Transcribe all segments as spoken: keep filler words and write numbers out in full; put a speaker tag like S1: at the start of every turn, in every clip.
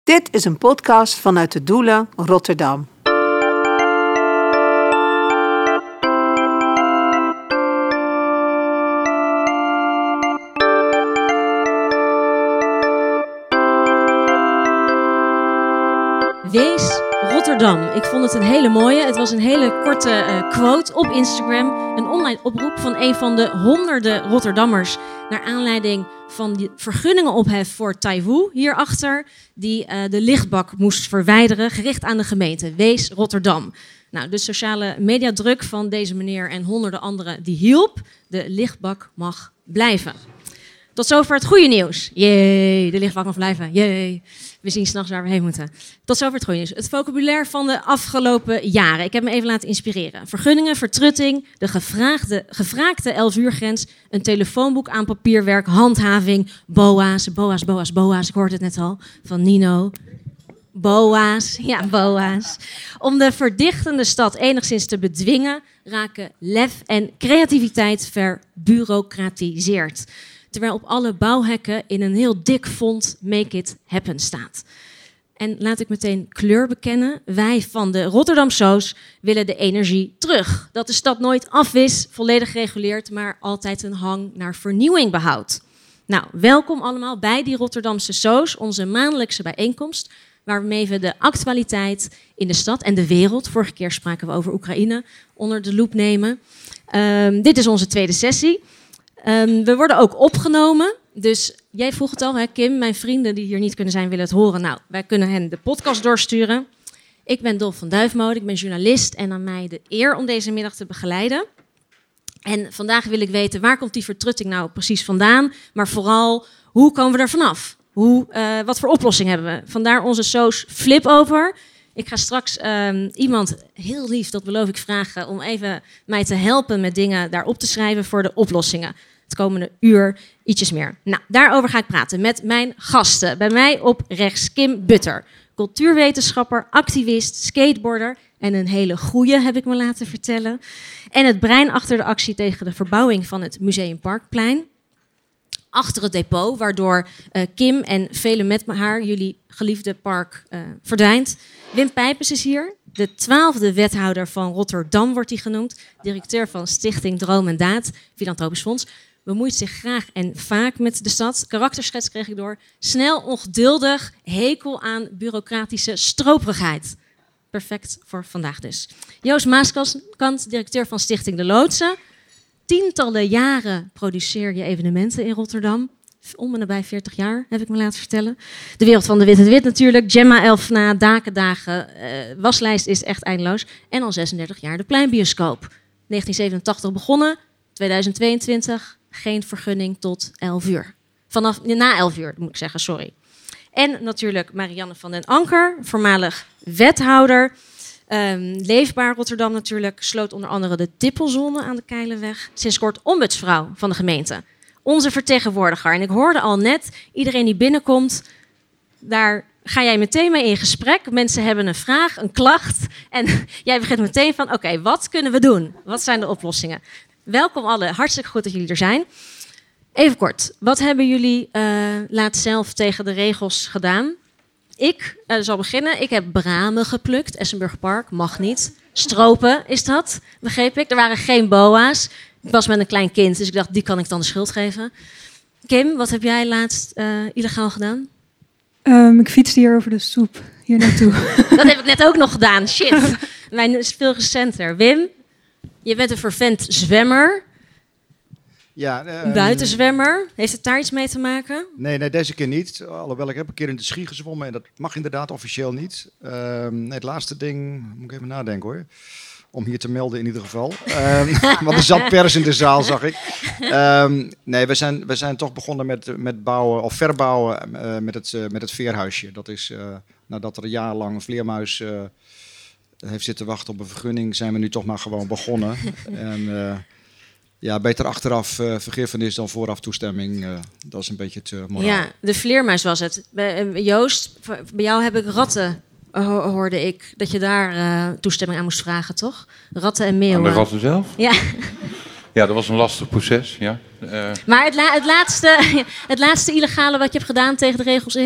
S1: Dit is een podcast vanuit de Doelen Rotterdam.
S2: Wees Rotterdam. Ik vond het een hele mooie. Het was een hele korte uh, quote op Instagram. Een online oproep van een van de honderden Rotterdammers. Naar aanleiding van die vergunningsophef voor Taiwoe hierachter. Die uh, de lichtbak moest verwijderen. Gericht aan de gemeente. Wees Rotterdam. Nou, de sociale mediadruk van deze meneer en honderden anderen die hielp. De lichtbak mag blijven. Tot zover het goede nieuws. Jee, de lichtbak mag blijven. Jee. We zien 's nachts waar we heen moeten. Tot zover het goede nieuws. Het vocabulaire van de afgelopen jaren. Ik heb me even laten inspireren. Vergunningen, vertrutting, de gevraagde, gevraagde elf uur grens, een telefoonboek aan papierwerk, handhaving, boa's, boa's, boa's, boa's. Ik hoorde het net al van Nino. Boa's, ja, boa's. Om de verdichtende stad enigszins te bedwingen, raken lef en creativiteit verbureaucratiseerd. Terwijl op alle bouwhekken in een heel dik font Make It Happen staat. En laat ik meteen kleur bekennen. Wij van de Rotterdam Soos willen de energie terug. Dat de stad nooit af is, volledig gereguleerd, maar altijd een hang naar vernieuwing behoudt. Nou, welkom allemaal bij die Rotterdamse Soos, onze maandelijkse bijeenkomst, waarmee we de actualiteit in de stad en de wereld, vorige keer spraken we over Oekraïne, onder de loep nemen. Um, dit is onze tweede sessie. Um, we worden ook opgenomen. Dus jij vroeg het al, hè, Kim. Mijn vrienden die hier niet kunnen zijn, willen het horen. Nou, wij kunnen hen de podcast doorsturen. Ik ben Dolf van Duifmode, ik ben journalist en aan mij de eer om deze middag te begeleiden. En vandaag wil ik weten, waar komt die vertrutting nou precies vandaan? Maar vooral, hoe komen we er vanaf? Hoe, uh, wat voor oplossing hebben we? Vandaar onze Soos Flip over. Ik ga straks um, iemand, heel lief, dat beloof ik, vragen om even mij te helpen met dingen daarop te schrijven voor de oplossingen. Het komende uur ietsjes meer. Nou, daarover ga ik praten met mijn gasten. Bij mij op rechts Kim Butter, cultuurwetenschapper, activist, skateboarder en een hele goeie, heb ik me laten vertellen. En het brein achter de actie tegen de verbouwing van het Museum Parkplein. Achter het depot, waardoor uh, Kim en velen met haar, jullie geliefde park, uh, verdwijnt. Wim Pijpers is hier, de twaalfde wethouder van Rotterdam wordt hij genoemd. Directeur van Stichting Droom en Daad, Filantropisch Fonds. Bemoeit zich graag en vaak met de stad. Karakterschets kreeg ik door. Snel, ongeduldig, hekel aan bureaucratische stroperigheid. Perfect voor vandaag dus. Joost Maaskant, directeur van Stichting De Loodsen. Tientallen jaren produceer je evenementen in Rotterdam. Om en nabij veertig jaar, heb ik me laten vertellen. De wereld van de Wit en Wit natuurlijk. Gemma Elfna, Dakendagen. Uh, waslijst is echt eindeloos. En al zesendertig jaar de Pleinbioscoop. negentien zevenentachtig begonnen. tweeduizend tweeëntwintig. Geen vergunning tot elf uur. Vanaf, na elf uur, moet ik zeggen, sorry. En natuurlijk Marianne van den Anker, voormalig wethouder. Um, Leefbaar Rotterdam natuurlijk. Sloot onder andere de Tippelzone aan de Keilenweg. Sinds kort ombudsvrouw van de gemeente. Onze vertegenwoordiger. En ik hoorde al net, iedereen die binnenkomt, daar ga jij meteen mee in gesprek. Mensen hebben een vraag, een klacht. En jij begint meteen van, oké, okay, wat kunnen we doen? Wat zijn de oplossingen? Welkom allen, hartstikke goed dat jullie er zijn. Even kort, wat hebben jullie uh, laatst zelf tegen de regels gedaan? Ik uh, zal beginnen. Ik heb bramen geplukt. Essenburgpark, mag niet. Stropen is dat, begreep ik. Er waren geen boa's. Ik was met een klein kind, dus ik dacht, die kan ik dan de schuld geven. Kim, wat heb jij laatst uh, illegaal gedaan?
S3: Um, ik fietste hier over de stoep, hier naartoe.
S2: Dat heb ik net ook nog gedaan, shit. Mijn is veel recenter. Wim, je bent een fervent zwemmer.
S4: Ja, uh,
S2: buitenzwemmer. Heeft het daar iets mee te maken?
S4: Nee, nee, deze keer niet. Alhoewel, ik heb een keer in de Schie gezwommen en dat mag inderdaad officieel niet. Uh, nee, het laatste ding, moet ik even nadenken hoor. Om hier te melden in ieder geval. Um, want er zat pers in de zaal, zag ik. Um, nee, we zijn, we zijn toch begonnen met, met bouwen, of verbouwen uh, met, het, uh, met het veerhuisje. Dat is uh, nadat er een jaar lang een vleermuis uh, heeft zitten wachten op een vergunning, zijn we nu toch maar gewoon begonnen. En uh, ja, beter achteraf uh, vergiffenis dan vooraf toestemming. Uh, dat is een beetje het uh, moraal.
S2: Ja, de vleermuis was het. Bij, Joost, bij jou heb ik ratten. Ho- hoorde ik dat je daar uh, toestemming aan moest vragen, toch? Ratten en meeuwen.
S5: Aan de ratten zelf?
S2: Ja.
S5: Ja, dat was een lastig proces, ja. Uh...
S2: Maar het, la- het, laatste, het laatste illegale wat je hebt gedaan tegen de regels in?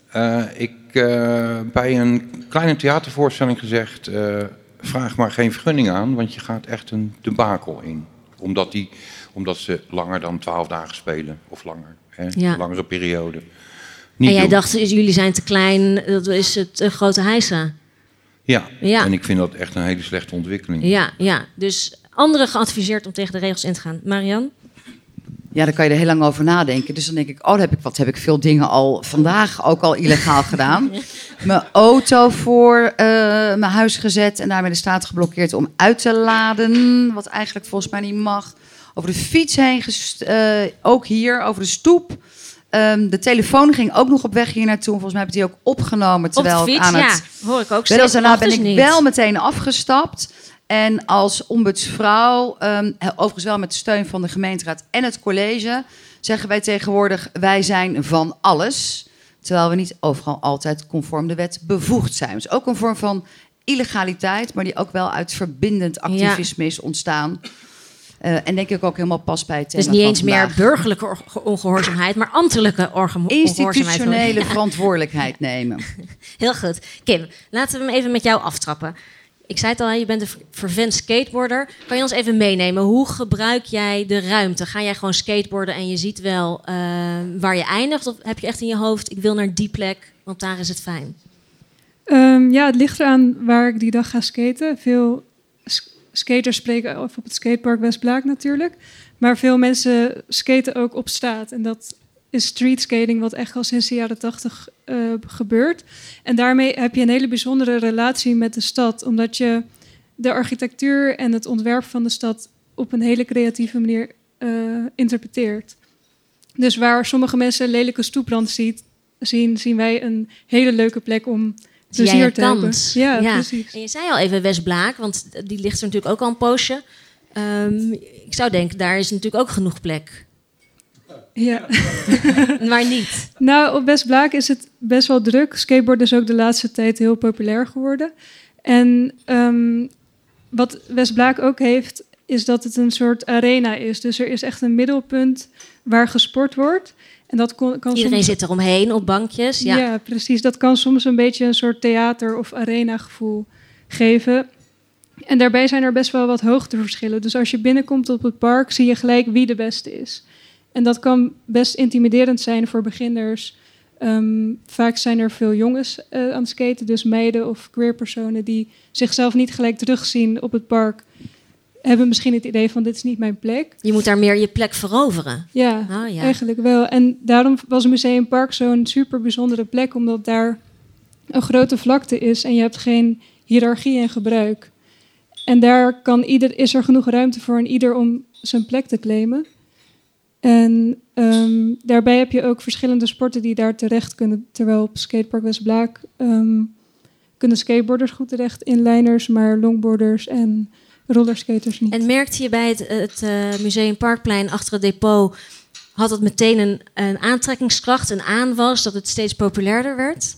S5: Uh, ik uh, bij een kleine theatervoorstelling gezegd, uh, vraag maar geen vergunning aan, want je gaat echt een debakel in. Omdat, die, omdat ze langer dan twaalf dagen spelen, of langer, hè?
S2: Ja.
S5: Een langere periode. Niet
S2: en jij
S5: doen.
S2: dacht, jullie zijn te klein, dat is het uh, grote hijsa.
S5: Ja.
S2: Ja,
S5: en ik vind dat echt een hele slechte ontwikkeling.
S2: Ja, ja, dus anderen geadviseerd om tegen de regels in te gaan. Marianne?
S6: Ja, daar kan je er heel lang over nadenken. Dus dan denk ik, oh, dan heb ik, wat heb ik veel dingen al vandaag ook al illegaal gedaan. Mijn auto voor uh, mijn huis gezet en daarmee de staat geblokkeerd om uit te laden. Wat eigenlijk volgens mij niet mag. Over de fiets heen, gest- uh, ook hier, over de stoep. Um, de telefoon ging ook nog op weg hier naartoe. Volgens mij heb ik die ook opgenomen terwijl
S2: op de
S6: ik
S2: fiets,
S6: aan het...
S2: ja, hoor ik ook.
S6: Wel,
S2: Steeds
S6: daarna
S2: mag
S6: ben
S2: dus
S6: ik
S2: niet.
S6: wel meteen afgestapt. En als ombudsvrouw, um, overigens wel met de steun van de gemeenteraad en het college, zeggen wij tegenwoordig, wij zijn van alles. Terwijl we niet overal altijd conform de wet bevoegd zijn. Dus ook een vorm van illegaliteit, maar die ook wel uit verbindend activisme is ontstaan. Uh, en denk ik ook helemaal pas bij het thema
S2: Dus niet
S6: van
S2: eens
S6: vandaag.
S2: meer burgerlijke or- ongehoorzaamheid, maar ambtelijke orge- ongehoorzaamheid.
S6: Institutionele verantwoordelijkheid nemen.
S2: Heel goed. Kim, laten we hem even met jou aftrappen. Ik zei het al, je bent een vervent skateboarder. Kan je ons even meenemen? Hoe gebruik jij de ruimte? Ga jij gewoon skateboarden en je ziet wel uh, waar je eindigt? Of heb je echt in je hoofd, ik wil naar die plek, want daar is het fijn?
S3: Um, ja, het ligt eraan waar ik die dag ga skaten. Veel sk- skaters spreken af op het skatepark West-Blaak natuurlijk. Maar veel mensen skaten ook op straat. En dat is streetskating, wat echt al sinds de jaren tachtig uh, gebeurt. En daarmee heb je een hele bijzondere relatie met de stad. Omdat je de architectuur en het ontwerp van de stad op een hele creatieve manier uh, interpreteert. Dus waar sommige mensen een lelijke stoeprand ziet, zien, zien wij een hele leuke plek om
S2: Zie jij
S3: plezier
S2: een
S3: te hebben.
S2: kans?
S3: Ja,
S2: Ja.
S3: precies.
S2: En je zei al even West-Blaak, want die ligt er natuurlijk ook al een poosje. Um, ik zou denken, daar is natuurlijk ook genoeg plek.
S3: Ja.
S2: Maar niet.
S3: Nou, op West-Blaak is het best wel druk. Skateboard is ook de laatste tijd heel populair geworden. En um, wat West-Blaak ook heeft, is dat het een soort arena is. Dus er is echt een middelpunt waar gesport wordt. En dat kon, kan
S2: Iedereen
S3: soms...
S2: zit eromheen op bankjes. Ja.
S3: Ja, precies. Dat kan soms een beetje een soort theater- of arena-gevoel geven. En daarbij zijn er best wel wat hoogteverschillen. Dus als je binnenkomt op het park, zie je gelijk wie de beste is. En dat kan best intimiderend zijn voor beginners. Um, vaak zijn er veel jongens uh, aan het skaten, dus meiden of queerpersonen die zichzelf niet gelijk terugzien op het park, hebben misschien het idee van dit is niet mijn plek.
S2: Je moet daar meer je plek veroveren.
S3: Ja,
S2: Oh, ja.
S3: eigenlijk wel. En daarom was Museumpark zo'n super bijzondere plek, omdat daar een grote vlakte is en je hebt geen hiërarchie en gebruik. En daar kan ieder, is er genoeg ruimte voor en ieder om zijn plek te claimen. En um, daarbij heb je ook verschillende sporten die daar terecht kunnen. Terwijl op Skatepark West-Blaak um, kunnen skateboarders goed terecht, inliners, maar longboarders en rollerskaters niet.
S2: En merkte je bij het, het uh, Museumparkplein achter het depot, had het meteen een, een aantrekkingskracht, een aanwas, dat het steeds populairder werd?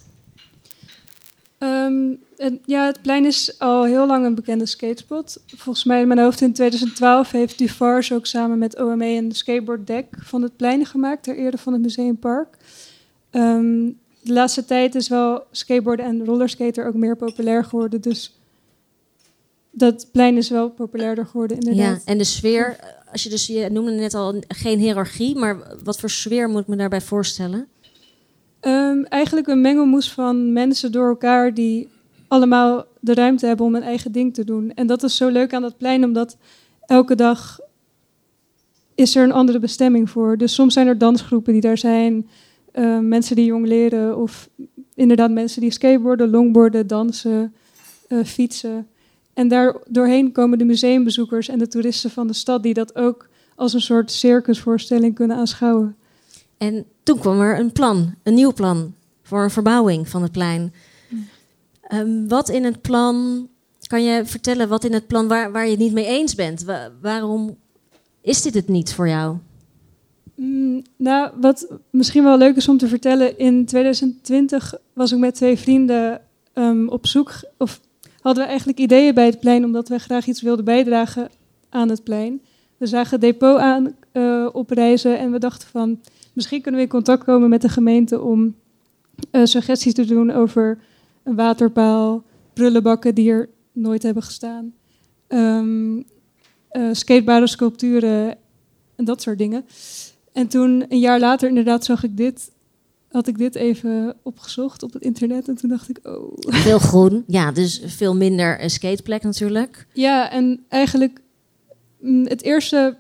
S3: Um, het, ja, het plein is al heel lang een bekende skatespot. Volgens mij in mijn hoofd in twintig twaalf heeft Dufarge ook samen met O M E een skateboarddek van het plein gemaakt, ter ere van het Museumpark. Um, de laatste tijd is wel skateboarden en rollerskater ook meer populair geworden, dus dat plein is wel populairder geworden inderdaad.
S2: Ja, en de sfeer, als je dus, je noemde net al geen hiërarchie, maar wat voor sfeer moet ik me daarbij voorstellen?
S3: Um, eigenlijk een mengelmoes van mensen door elkaar die allemaal de ruimte hebben om hun eigen ding te doen. En dat is zo leuk aan dat plein, omdat elke dag is er een andere bestemming voor. Dus soms zijn er dansgroepen die daar zijn, uh, mensen die jong leren of inderdaad mensen die skateboarden, longboarden, dansen, uh, fietsen. En daar doorheen komen de museumbezoekers en de toeristen van de stad die dat ook als een soort circusvoorstelling kunnen aanschouwen.
S2: En toen kwam er een plan, een nieuw plan voor een verbouwing van het plein. Um, wat in het plan, kan je vertellen wat in het plan waar, waar je het niet mee eens bent? Wa- waarom is dit het niet voor jou?
S3: Mm, nou, wat misschien wel leuk is om te vertellen, in twintig twintig was ik met twee vrienden um, op zoek, of hadden we eigenlijk ideeën bij het plein, omdat we graag iets wilden bijdragen aan het plein. We zagen het depot aan uh, oprijzen en we dachten van, misschien kunnen we in contact komen met de gemeente om uh, suggesties te doen over een waterpaal, prullenbakken die er nooit hebben gestaan, um, uh, skatebare sculpturen en dat soort dingen. En toen, een jaar later, inderdaad, zag ik dit, had ik dit even opgezocht op het internet. En toen dacht ik, oh...
S2: Veel groen, ja, dus veel minder een skateplek natuurlijk.
S3: Ja, en eigenlijk mm, het eerste...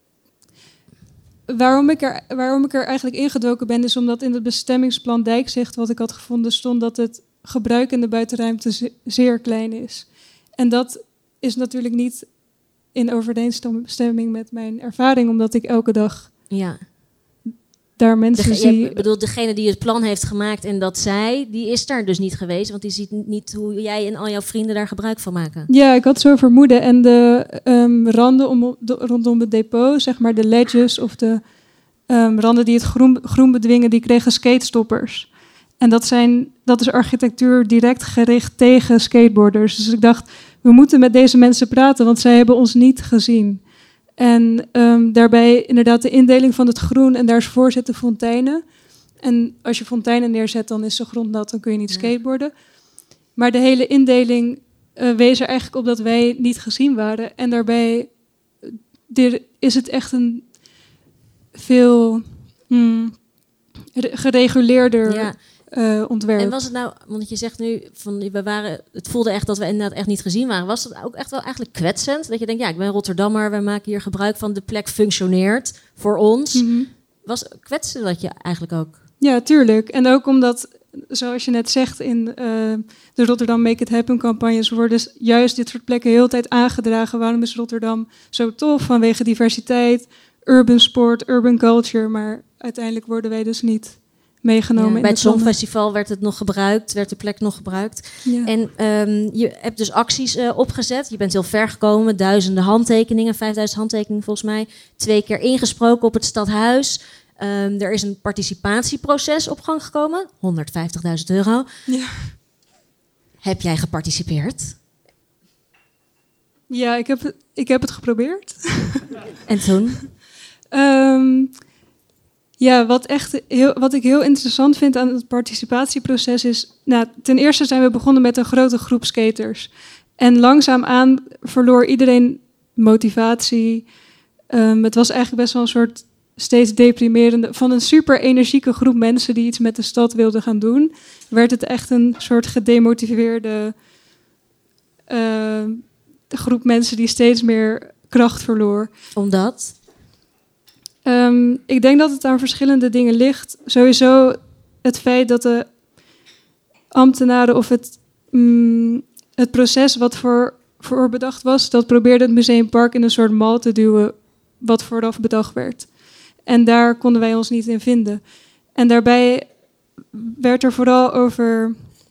S3: Waarom ik, er, waarom ik er eigenlijk ingedoken ben, is omdat in het bestemmingsplan Dijkzicht, wat ik had gevonden, stond dat het gebruik in de buitenruimte ze- zeer klein is. En dat is natuurlijk niet in overeenstemming met mijn ervaring, omdat ik elke dag
S2: Ja.
S3: daar mensen
S2: De,
S3: zie.
S2: je bedoelt, degene die het plan heeft gemaakt en dat zij, die is daar dus niet geweest. Want die ziet niet hoe jij en al jouw vrienden daar gebruik van maken.
S3: Ja, ik had zo vermoeden. En de um, randen om, de, rondom het depot, zeg maar de ledges of de um, randen die het groen, groen bedwingen, die kregen skatestoppers. En dat, zijn, dat is architectuur direct gericht tegen skateboarders. Dus ik dacht, we moeten met deze mensen praten, want zij hebben ons niet gezien. En um, daarbij inderdaad de indeling van het groen en daarvoor zitten fonteinen. En als je fonteinen neerzet, dan is de grond nat, dan kun je niet skateboarden. Maar de hele indeling uh, wees er eigenlijk op dat wij niet gezien waren. En daarbij uh, is het echt een veel hmm, gereguleerder
S2: Ja.
S3: uh, ontwerp.
S2: En was het nou, want je zegt nu, van, we waren, het voelde echt dat we inderdaad echt niet gezien waren. Was dat ook echt wel eigenlijk kwetsend? Dat je denkt, ja, ik ben Rotterdammer, we maken hier gebruik van, de plek functioneert voor ons.
S3: Mm-hmm.
S2: Was kwetsen dat je eigenlijk ook?
S3: Ja, tuurlijk. En ook omdat, zoals je net zegt, in uh, de Rotterdam Make It Happen campagnes worden juist dit soort plekken heel de tijd aangedragen. Waarom is Rotterdam zo tof? Vanwege diversiteit, urban sport, urban culture. Maar uiteindelijk worden wij dus niet meegenomen.
S2: Ja,
S3: in
S2: bij het
S3: de plannen.
S2: Songfestival werd het nog gebruikt, werd de plek nog gebruikt.
S3: Ja.
S2: En um, je hebt dus acties uh, opgezet. Je bent heel ver gekomen, duizenden handtekeningen, vijfduizend handtekeningen volgens mij. Twee keer ingesproken op het stadhuis. Um, er is een participatieproces op gang gekomen, honderdvijftigduizend euro.
S3: Ja.
S2: Heb jij geparticipeerd?
S3: Ja, ik heb, het- ik heb het geprobeerd.
S2: En toen?
S3: Um, ja, wat, echt heel, wat ik heel interessant vind aan het participatieproces is... Nou, ten eerste zijn we begonnen met een grote groep skaters. En langzaamaan verloor iedereen motivatie. Um, het was eigenlijk best wel een soort steeds deprimerende... Van een super energieke groep mensen die iets met de stad wilden gaan doen... werd het echt een soort gedemotiveerde uh, groep mensen die steeds meer kracht verloor.
S2: Omdat?
S3: Um, ik denk dat het aan verschillende dingen ligt. Sowieso het feit dat de ambtenaren of het, mm, het proces wat voor, voor bedacht was... dat probeerde het Museumpark in een soort mal te duwen wat vooraf bedacht werd. En daar konden wij ons niet in vinden. En daarbij werd er vooral over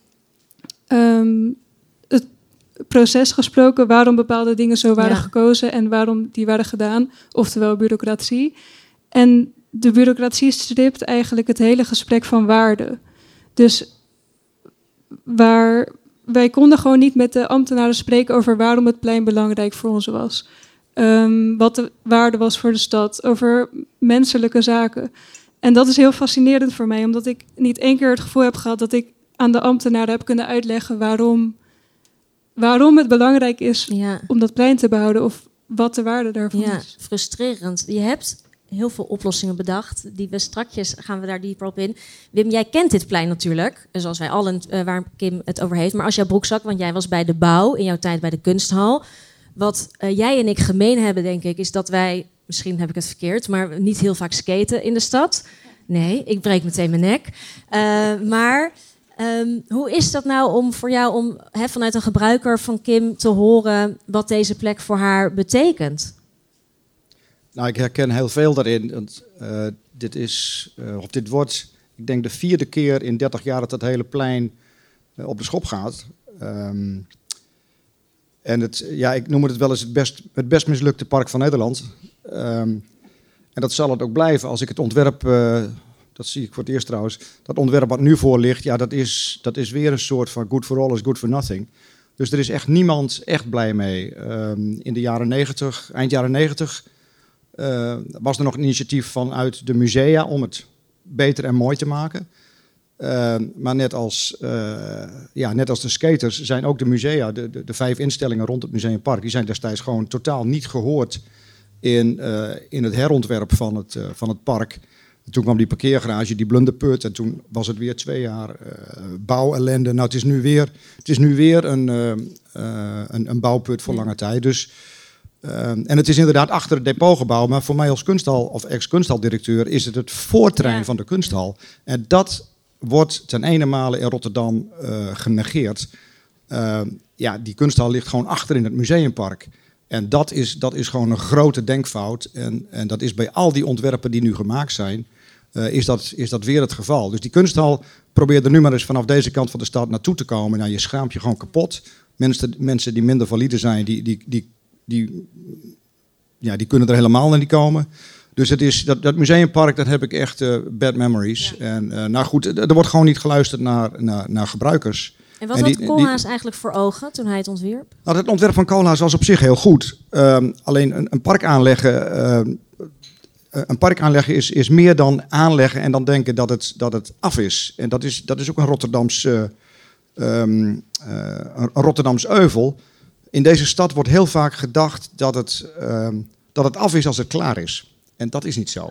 S3: um, het proces gesproken... waarom bepaalde dingen zo waren
S2: Ja.
S3: gekozen en waarom die waren gedaan. Oftewel bureaucratie. En de bureaucratie stript eigenlijk het hele gesprek van waarde. Dus waar wij konden gewoon niet met de ambtenaren spreken over waarom het plein belangrijk voor ons was. Um, wat de waarde was voor de stad, over menselijke zaken. En dat is heel fascinerend voor mij, omdat ik niet één keer het gevoel heb gehad dat ik aan de ambtenaren heb kunnen uitleggen waarom, waarom het belangrijk is
S2: Ja.
S3: om dat plein te behouden of wat de waarde daarvan
S2: Ja,
S3: is.
S2: frustrerend. Je hebt heel veel oplossingen bedacht. Die we strakjes gaan we daar dieper op in. Wim, jij kent dit plein natuurlijk, zoals wij allen, uh, waar Kim het over heeft. Maar als jouw broekzak, want jij was bij de bouw in jouw tijd bij de kunsthal. Wat uh, jij en ik gemeen hebben, denk ik, is dat wij, misschien heb ik het verkeerd, maar niet heel vaak skaten in de stad. Nee, ik breek meteen mijn nek. Uh, maar um, hoe is dat nou om voor jou om he, vanuit een gebruiker van Kim te horen wat deze plek voor haar betekent?
S4: Nou, ik herken heel veel daarin. Want, uh, dit is, uh, of dit wordt, ik denk de vierde keer in dertig jaar dat het hele plein uh, op de schop gaat. Um, en het, ja, ik noem het wel eens het best, het best mislukte park van Nederland. Um, en dat zal het ook blijven als ik het ontwerp, uh, dat zie ik voor het eerst trouwens, dat ontwerp wat nu voor ligt, ja, dat is, dat is weer een soort van good for all is good for nothing. Dus er is echt niemand echt blij mee. Um, in de jaren negentig, eind jaren negentig, uh, was er nog een initiatief vanuit de musea om het beter en mooi te maken. Uh, maar net als, uh, ja, net als de skaters zijn ook de musea, de, de, de vijf instellingen rond het Museumpark, die zijn destijds gewoon totaal niet gehoord in, uh, in het herontwerp van het, uh, van het park. En toen kwam die parkeergarage, die blunderput, en toen was het weer twee jaar uh, bouwellende. Nou, het is nu weer, het is nu weer een, uh, uh, een, een bouwput voor lange tijd. Dus, uh, en het is inderdaad achter het depotgebouw, maar voor mij als kunsthal of ex-kunsthaldirecteur is het het voortrein ja. van de kunsthal. En dat wordt ten ene male in Rotterdam uh, genegeerd. Uh, ja, die kunsthal ligt gewoon achter in het Museumpark. En dat is, dat is gewoon een grote denkfout. En, en dat is bij al die ontwerpen die nu gemaakt zijn, uh, is, dat, is dat weer het geval. Dus die kunsthal probeert er nu maar eens vanaf deze kant van de stad naartoe te komen. Nou, je schaamt je gewoon kapot. Mensen, mensen die minder valide zijn, die, die, die, die, ja, die kunnen er helemaal niet komen. Dus het is, dat, dat Museumpark, dat heb ik echt uh, bad memories. Ja. En uh, nou goed, er wordt gewoon niet geluisterd naar, naar, naar gebruikers.
S2: En wat had Koolhaas eigenlijk voor ogen toen hij het ontwierp?
S4: Nou, het ontwerp van Koolhaas was op zich heel goed. Um, alleen een, een park aanleggen, um, een park aanleggen is, is meer dan aanleggen en dan denken dat het, dat het af is. En dat is, dat is ook een Rotterdams, uh, um, uh, een Rotterdams euvel. In deze stad wordt heel vaak gedacht dat het, um, dat het af is als het klaar is. En dat is niet zo.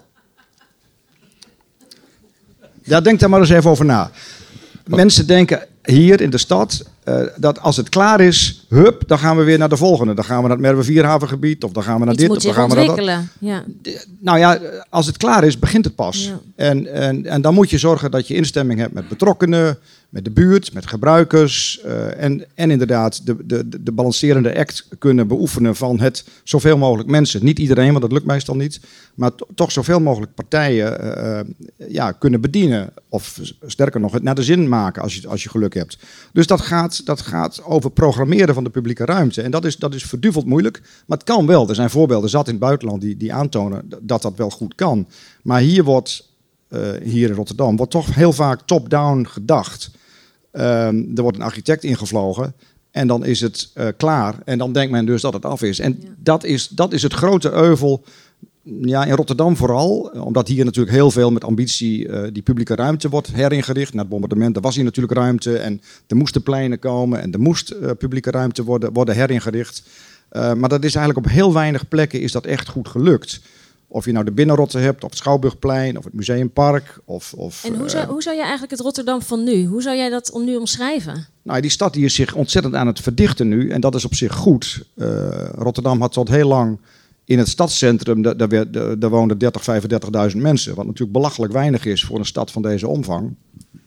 S4: Ja, denk daar maar eens even over na. Mensen denken hier in de stad uh, dat als het klaar is, hup, dan gaan we weer naar de volgende. Dan gaan we naar het Merwe-Vierhavengebied of dan gaan we naar
S2: Iets
S4: dit.
S2: moet
S4: of dan
S2: zich
S4: gaan we naar
S2: ontwikkelen.
S4: dat.
S2: Ja.
S4: Nou ja, als het klaar is, begint het pas.
S2: Ja.
S4: En, en, en dan moet je zorgen dat je instemming hebt met betrokkenen, met de buurt, met gebruikers. Uh, en, en inderdaad de, de, de balancerende act kunnen beoefenen van het zoveel mogelijk mensen. Niet iedereen, want dat lukt meestal niet. Maar to, toch zoveel mogelijk partijen uh, ja, kunnen bedienen. Of sterker nog, het naar de zin maken als je, als je geluk hebt. Dus dat gaat, dat gaat over programmeren van de publieke ruimte. En dat is, dat is verduveld moeilijk. Maar het kan wel. Er zijn voorbeelden zat in het buitenland die, die aantonen dat dat wel goed kan. Maar hier wordt, uh, hier in Rotterdam, wordt toch heel vaak top-down gedacht. Um, er wordt een architect ingevlogen en dan is het uh, klaar. En dan denkt men dus dat het af is. En ja. dat, is, dat is het grote euvel, ja, in Rotterdam vooral. Omdat hier natuurlijk heel veel met ambitie uh, die publieke ruimte wordt heringericht. Na het bombardement, er was hier natuurlijk ruimte. En er moesten pleinen komen en er moest uh, publieke ruimte worden, worden heringericht. Uh, maar dat is eigenlijk op heel weinig plekken is dat echt goed gelukt. Of je nou de Binnenrotte hebt, of het Schouwburgplein, of het Museumpark. Of, of,
S2: en hoe zou, uh, hoe zou je eigenlijk het Rotterdam van nu, hoe zou jij dat om nu omschrijven?
S4: Nou, die stad die is zich ontzettend aan het verdichten nu. En dat is op zich goed. Uh, Rotterdam had tot heel lang in het stadscentrum, daar, daar, daar woonden dertig, vijfendertigduizend mensen. Wat natuurlijk belachelijk weinig is voor een stad van deze omvang.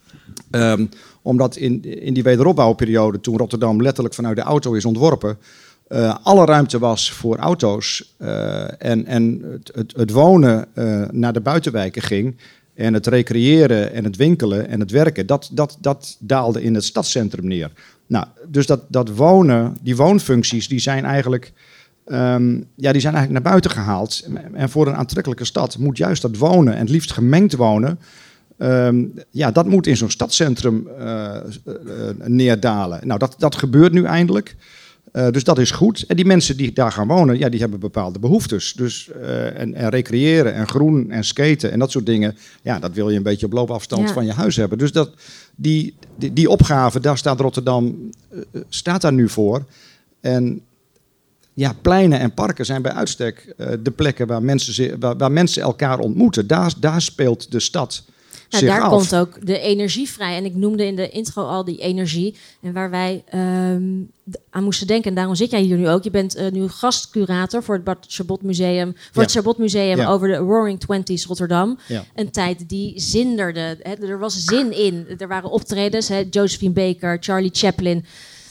S4: Um, omdat in, in die wederopbouwperiode, toen Rotterdam letterlijk vanuit de auto is ontworpen, Uh, alle ruimte was voor auto's uh, en, en het, het, het wonen uh, naar de buitenwijken ging en het recreëren en het winkelen en het werken, dat, dat, dat daalde in het stadscentrum neer. Nou, dus dat, dat wonen, die woonfuncties, die zijn eigenlijk, um, ja, die zijn eigenlijk naar buiten gehaald. En voor een aantrekkelijke stad moet juist dat wonen en het liefst gemengd wonen, Um, ja, dat moet in zo'n stadscentrum uh, uh, neerdalen. Nou, dat, dat gebeurt nu eindelijk. Uh, dus dat is goed. En die mensen die daar gaan wonen, ja, die hebben bepaalde behoeftes. Dus, uh, en, en recreëren en groen en skaten en dat soort dingen. Ja, dat wil je een beetje op loopafstand ja. van je huis hebben. Dus dat, die, die, die opgave, daar staat Rotterdam uh, staat daar nu voor. En ja, pleinen en parken zijn bij uitstek uh, de plekken waar mensen, waar, waar mensen elkaar ontmoeten. Daar, daar speelt de stad.
S2: Nou, daar af. komt ook de energie vrij. En ik noemde in de intro al die energie. En waar wij um, aan moesten denken. En daarom zit jij hier nu ook. Je bent uh, nu gastcurator voor het Bart Chabot Museum. Voor ja. het Chabot Museum ja. over de Roaring Twenties Rotterdam. Ja. Een tijd die zinderde. Hè. Er was zin in. Er waren optredens. Hè. Josephine Baker, Charlie Chaplin.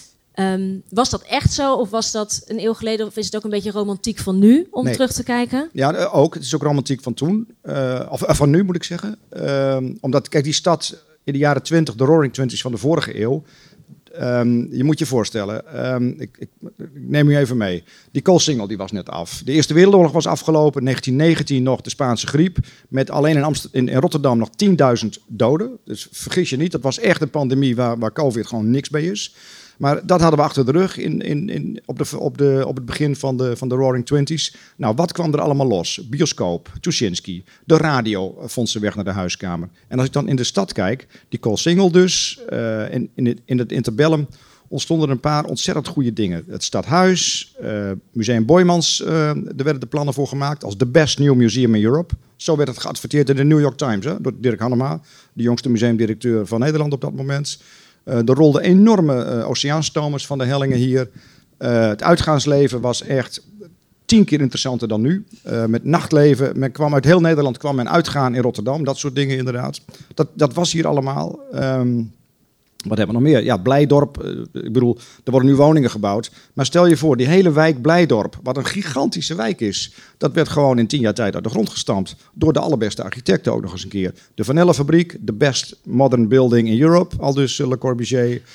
S2: Um, was dat echt zo? Of was dat een eeuw geleden? Of is het ook een beetje romantiek van nu om nee. terug te kijken?
S4: Ja, ook. Het is ook romantiek van toen. Uh, of uh, van nu moet ik zeggen. Uh, omdat, kijk, die stad in de jaren twintig, de Roaring Twenties van de vorige eeuw. Um, je moet je voorstellen. Um, ik, ik, ik neem u even mee. Die Koolsingel die was net af. De Eerste Wereldoorlog was afgelopen. negentien negentien nog de Spaanse griep. Met alleen in, Amst- in, in Rotterdam nog tienduizend doden. Dus vergis je niet, dat was echt een pandemie waar, waar COVID gewoon niks bij is. Maar dat hadden we achter de rug in, in, in, op, de, op, de, op het begin van de, van de Roaring Twenties. Nou, wat kwam er allemaal los? Bioscoop, Tuschinski, de radio vond zijn weg naar de huiskamer. En als ik dan in de stad kijk, die Koolsingel dus, uh, in, in, het, in het interbellum ontstonden er een paar ontzettend goede dingen. Het Stadhuis, uh, Museum Boijmans, uh, daar werden de plannen voor gemaakt als the best new museum in Europe. Zo werd het geadverteerd in de New York Times, hè, door Dirk Hannema, de jongste museumdirecteur van Nederland op dat moment. Uh, er rolden enorme uh, oceaanstomers van de hellingen hier. Uh, het uitgaansleven was echt tien keer interessanter dan nu. Uh, met nachtleven, men kwam uit heel Nederland kwam men uitgaan in Rotterdam, dat soort dingen inderdaad. Dat, dat was hier allemaal. Um, Wat hebben we nog meer? Ja, Blijdorp. Uh, ik bedoel, er worden nu woningen gebouwd. Maar stel je voor, die hele wijk Blijdorp, wat een gigantische wijk is, dat werd gewoon in tien jaar tijd uit de grond gestampt. Door de allerbeste architecten ook nog eens een keer. De Van Elle fabriek, de best modern building in Europe, al dus uh, Le Corbusier. Uh,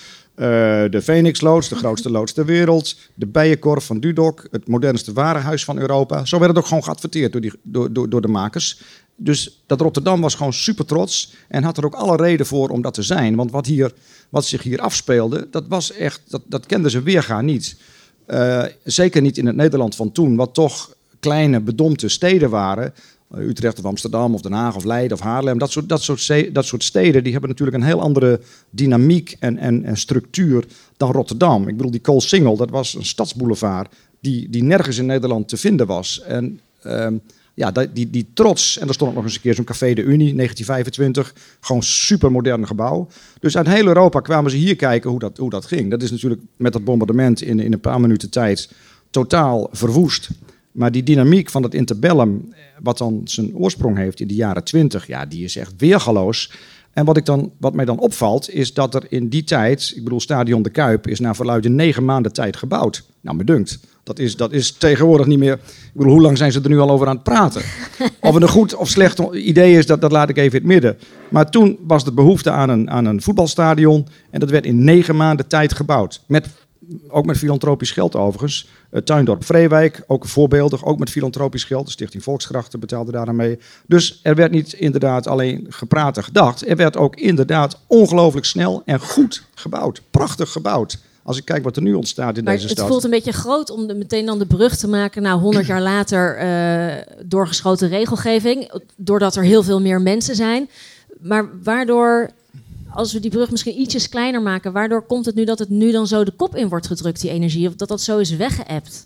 S4: de Phoenix-loods, de grootste loods ter wereld. De Bijenkorf van Dudok, het modernste warenhuis van Europa. Zo werd het ook gewoon geadverteerd door, die, door, door, door de makers. Dus dat Rotterdam was gewoon super trots en had er ook alle reden voor om dat te zijn. Want wat, hier, wat zich hier afspeelde, dat was echt, dat, dat kenden ze weerga niet. Uh, zeker niet in het Nederland van toen, wat toch kleine, bedompte steden waren. Uh, Utrecht of Amsterdam of Den Haag of Leiden of Haarlem. Dat soort, dat soort, dat soort steden die hebben natuurlijk een heel andere dynamiek en, en, en structuur dan Rotterdam. Ik bedoel, die Koolsingel, dat was een stadsboulevard die, die nergens in Nederland te vinden was. En Uh, Ja, die, die trots. En er stond ook nog eens een keer zo'n Café de Unie, negentien vijfentwintig. Gewoon supermodern gebouw. Dus uit heel Europa kwamen ze hier kijken hoe dat, hoe dat ging. Dat is natuurlijk met dat bombardement in, in een paar minuten tijd totaal verwoest. Maar die dynamiek van het interbellum, wat dan zijn oorsprong heeft in de jaren twintig, ja, die is echt weergaloos. En wat, ik dan, wat mij dan opvalt, is dat er in die tijd, ik bedoel, Stadion de Kuip is naar verluidt in negen maanden tijd gebouwd. Nou, me dunkt. Dat is, dat is tegenwoordig niet meer. Ik bedoel, hoe lang zijn ze er nu al over aan het praten? Of het een goed of slecht idee is, dat, dat laat ik even in het midden. Maar toen was de behoefte aan een, aan een voetbalstadion. En dat werd in negen maanden tijd gebouwd. Met, ook met filantropisch geld overigens. Uh, Tuindorp Vreewijk, ook voorbeeldig, ook met filantropisch geld. De Stichting Volkskrachten betaalde daar aan mee. Dus er werd niet inderdaad alleen gepraat en gedacht. Er werd ook inderdaad ongelooflijk snel en goed gebouwd. Prachtig gebouwd. Als ik kijk wat er nu ontstaat in
S2: maar
S4: deze
S2: het
S4: stad.
S2: Het voelt een beetje groot om de, meteen dan de brug te maken. Nou, honderd jaar later uh, doorgeschoten regelgeving. Doordat er heel veel meer mensen zijn. Maar waardoor, als we die brug misschien ietsjes kleiner maken, waardoor komt het nu dat het nu dan zo de kop in wordt gedrukt, die energie? Of dat dat zo is weggeëpt?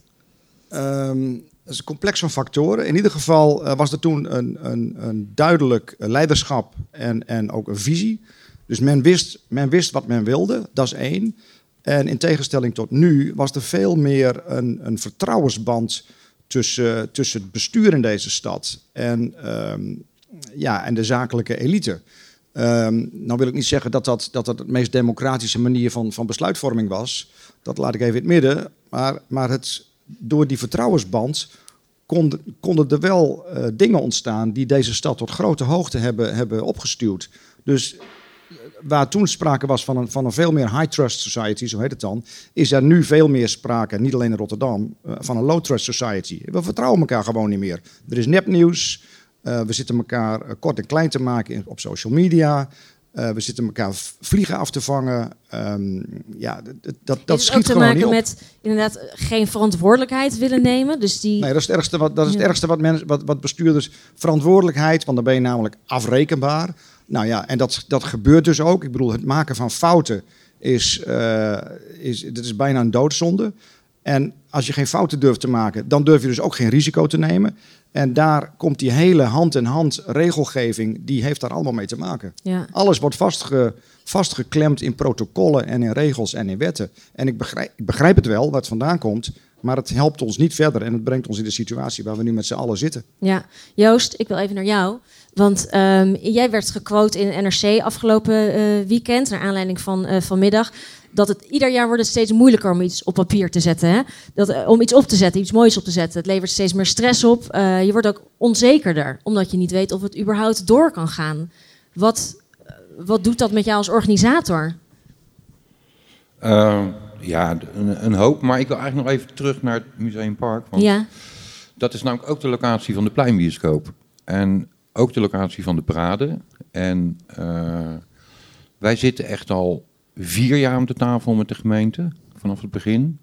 S4: Um, dat is een complex van factoren. In ieder geval uh, was er toen een, een, een duidelijk leiderschap en, en ook een visie. Dus men wist, men wist wat men wilde, dat is één. En in tegenstelling tot nu was er veel meer een, een vertrouwensband tussen, tussen het bestuur in deze stad en, um, ja, en de zakelijke elite. Um, nou wil ik niet zeggen dat dat, dat dat de meest democratische manier van, van besluitvorming was. Dat laat ik even in het midden. Maar, maar het, door die vertrouwensband konden, konden er wel uh, dingen ontstaan die deze stad tot grote hoogte hebben, hebben opgestuwd. Dus waar toen sprake was van een, van een veel meer high-trust society, zo heet het dan, is er nu veel meer sprake, niet alleen in Rotterdam, uh, van een low-trust society. We vertrouwen elkaar gewoon niet meer. Er is nepnieuws, uh, we zitten elkaar uh, kort en klein te maken in, op social media, uh, we zitten elkaar vliegen af te vangen. Um, ja, dat, dat, dat schiet
S2: ook te
S4: gewoon niet
S2: maken
S4: op.
S2: met inderdaad geen verantwoordelijkheid willen nemen. Dus die...
S4: Nee, dat is het ergste wat, dat is het
S2: Ja.
S4: ergste wat, mensen, wat, wat bestuurders verantwoordelijkheid, want dan ben je namelijk afrekenbaar. Nou ja, en dat, dat gebeurt dus ook. Ik bedoel, het maken van fouten is, uh, is, dat is bijna een doodzonde. En als je geen fouten durft te maken, dan durf je dus ook geen risico te nemen. En daar komt die hele hand-in-hand regelgeving, die heeft daar allemaal mee te maken.
S2: Ja.
S4: Alles wordt vastge, vastgeklemd in protocollen en in regels en in wetten. En ik begrijp, ik begrijp het wel, waar het vandaan komt, maar het helpt ons niet verder. En het brengt ons in de situatie waar we nu met z'n allen zitten.
S2: Ja, Joost, ik wil even naar jou. Want um, jij werd gequote in N R C afgelopen uh, weekend, naar aanleiding van uh, vanmiddag, dat het ieder jaar wordt het steeds moeilijker om iets op papier te zetten. Hè? Dat, uh, om iets op te zetten, iets moois op te zetten. Het levert steeds meer stress op. Uh, je wordt ook onzekerder, omdat je niet weet of het überhaupt door kan gaan. Wat, uh, wat doet dat met jou als organisator?
S5: Uh, ja, een, een hoop. Maar ik wil eigenlijk nog even terug naar het Museumpark. Want
S2: Ja.
S5: dat is namelijk ook de locatie van de Pleinbioscoop. En ook de locatie van de Parade. En uh, wij zitten echt al vier jaar om de tafel met de gemeente, vanaf het begin.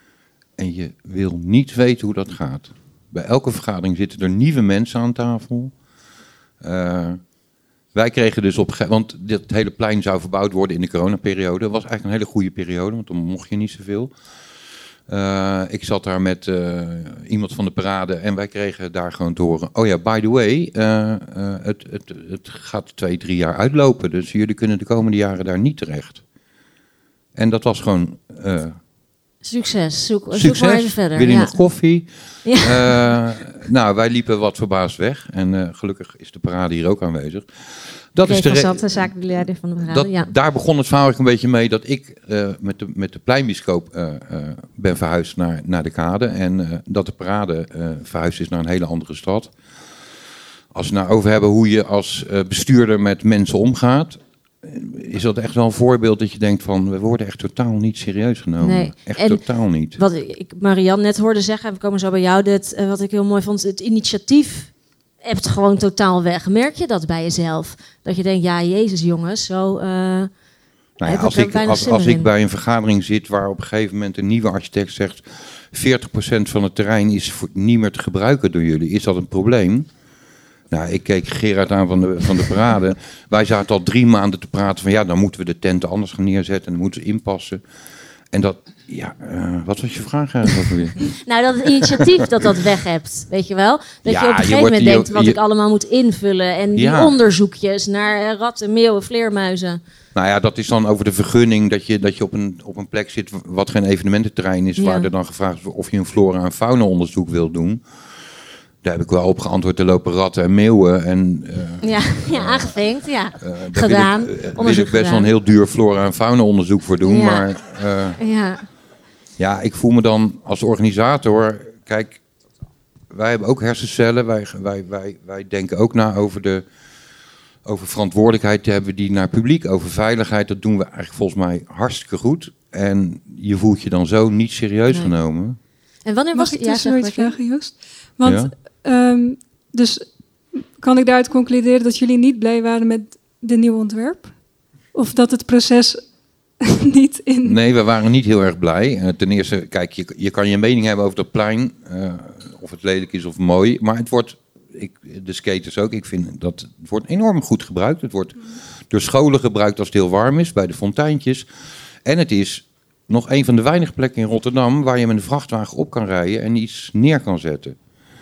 S5: En je wil niet weten hoe dat gaat. Bij elke vergadering zitten er nieuwe mensen aan tafel. Uh, wij kregen dus op... Want dit hele plein zou verbouwd worden in de coronaperiode. Dat was eigenlijk een hele goede periode, want dan mocht je niet zoveel. Uh, ik zat daar met uh, iemand van de parade en wij kregen daar gewoon te horen... Oh ja, by the way, uh, uh, het, het, het gaat twee, drie jaar uitlopen. Dus jullie kunnen de komende jaren daar niet terecht. En dat was gewoon... Uh,
S2: Succes, zoek,
S5: Succes.
S2: zoek maar even verder.
S5: Wil je
S2: ja.
S5: nog koffie?
S2: Ja.
S5: Uh, nou, wij liepen wat verbaasd weg. En uh, gelukkig is de parade hier ook aanwezig. Dat is de
S2: re- de zakelijke leider van de parade,
S5: dat,
S2: ja.
S5: Daar begon het verhaal een beetje mee dat ik uh, met de, met de pleinbioscoop uh, uh, ben verhuisd naar, naar de kade. En uh, dat de parade uh, verhuisd is naar een hele andere stad. Als we het nou over hebben hoe je als uh, bestuurder met mensen omgaat... is dat echt wel een voorbeeld dat je denkt van... we worden echt totaal niet serieus genomen.
S2: Nee.
S5: Echt
S2: en
S5: totaal niet.
S2: Wat ik Marianne net hoorde zeggen, we komen zo bij jou... Dit, uh, wat ik heel mooi vond, het initiatief hebt gewoon totaal weg. Merk je dat bij jezelf? Dat je denkt, ja, jezus jongens, zo... Uh,
S5: nou ja, als
S2: ik,
S5: ik, als, als ik bij een vergadering zit waar op een gegeven moment een nieuwe architect zegt... veertig procent van het terrein is voor, niet meer te gebruiken door jullie. Is dat een probleem? Nou, ik keek Gerard aan van de, van de parade. Wij zaten al drie maanden te praten van... ja, dan moeten we de tenten anders gaan neerzetten... en dan moeten we inpassen. En dat... Ja, uh, wat was je vraag eigenlijk weer?
S2: Nou, dat het initiatief dat dat weg hebt, weet je wel? Dat
S5: ja,
S2: je op een gegeven
S5: je wordt,
S2: moment
S5: je,
S2: denkt... wat
S5: je,
S2: ik allemaal moet invullen. En die
S5: ja.
S2: onderzoekjes naar ratten, meeuwen, vleermuizen.
S5: Nou ja, dat is dan over de vergunning... dat je, dat je op, een, op een plek zit wat geen evenemententerrein is...
S2: Ja.
S5: waar er dan gevraagd wordt of je een flora- en fauna-onderzoek wil doen... Daar heb ik wel op geantwoord, er lopen ratten en meeuwen. En, uh,
S2: ja, ja, aangevinkt, ja.
S5: Uh,
S2: gedaan,
S5: wil ik, uh,
S2: onderzoek
S5: wil ik best
S2: gedaan.
S5: wel een heel duur flora- en fauna-onderzoek voor doen.
S2: Ja.
S5: Maar uh,
S2: ja.
S5: ja, ik voel me dan als organisator... Kijk, wij hebben ook hersencellen. Wij, wij, wij, wij denken ook na over de over verantwoordelijkheid te hebben die naar publiek. Over veiligheid, dat doen we eigenlijk volgens mij hartstikke goed. En je voelt je dan zo niet serieus
S2: nee.
S5: genomen.
S2: En wanneer
S3: Mag
S2: was
S3: ik
S2: ja,
S3: dus nooit vragen, Joost? Want,
S5: ja?
S3: um, dus kan ik daaruit concluderen dat jullie niet blij waren met de nieuwe ontwerp? Of dat het proces niet in...
S5: Nee, we waren niet heel erg blij. Uh, ten eerste, kijk, je, je kan je mening hebben over dat plein. Uh, of het lelijk is of mooi. Maar het wordt, ik, de skaters ook, ik vind dat het wordt enorm goed gebruikt. Het wordt door scholen gebruikt als het heel warm is, bij de fonteintjes. En het is nog een van de weinige plekken in Rotterdam waar je met een vrachtwagen op kan rijden en iets neer kan zetten.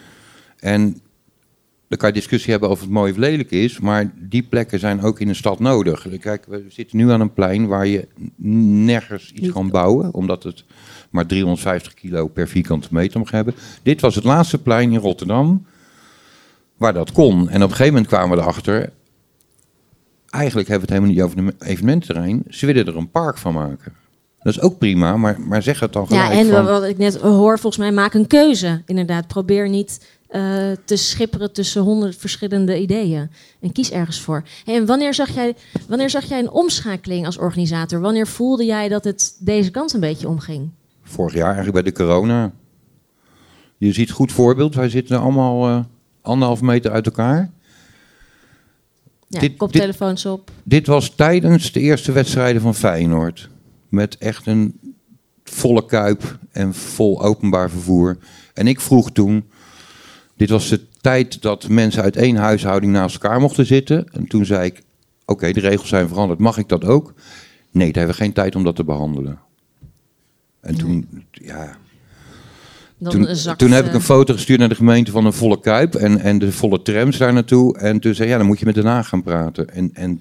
S5: En dan kan je discussie hebben of het mooi of lelijk is, maar die plekken zijn ook in een stad nodig. Kijk, we zitten nu aan een plein waar je nergens iets kan bouwen, omdat het maar driehonderdvijftig kilo per vierkante meter mag hebben. Dit was het laatste plein in Rotterdam waar dat kon. En op een gegeven moment kwamen we erachter, eigenlijk hebben we het helemaal niet over een evenemententerrein, ze willen er een park van maken. Dat is ook prima, maar, maar zeg het dan gelijk.
S2: Ja, en
S5: van...
S2: wat ik net hoor, volgens mij maak een keuze. Inderdaad, probeer niet uh, te schipperen tussen honderd verschillende ideeën. En kies ergens voor. Hey, en wanneer zag, jij, wanneer zag jij een omschakeling als organisator? Wanneer voelde jij dat het deze kant een beetje omging?
S5: Vorig jaar eigenlijk bij de corona. Je ziet goed voorbeeld. Wij zitten allemaal uh, anderhalf meter uit elkaar.
S2: Ja,
S5: dit,
S2: koptelefoons
S5: dit,
S2: op.
S5: Dit was tijdens de eerste wedstrijden van Feyenoord. Met echt een volle kuip en vol openbaar vervoer. En ik vroeg toen, dit was de tijd dat mensen uit één huishouding naast elkaar mochten zitten. En toen zei ik, oké, okay, de regels zijn veranderd, mag ik dat ook? Nee, daar hebben we geen tijd om dat te behandelen. En nee. toen, ja... Toen, toen heb ik een foto gestuurd naar de gemeente van een volle kuip en, en de volle trams daar naartoe. En toen zei ja, dan moet je met Den Haag gaan praten. En... en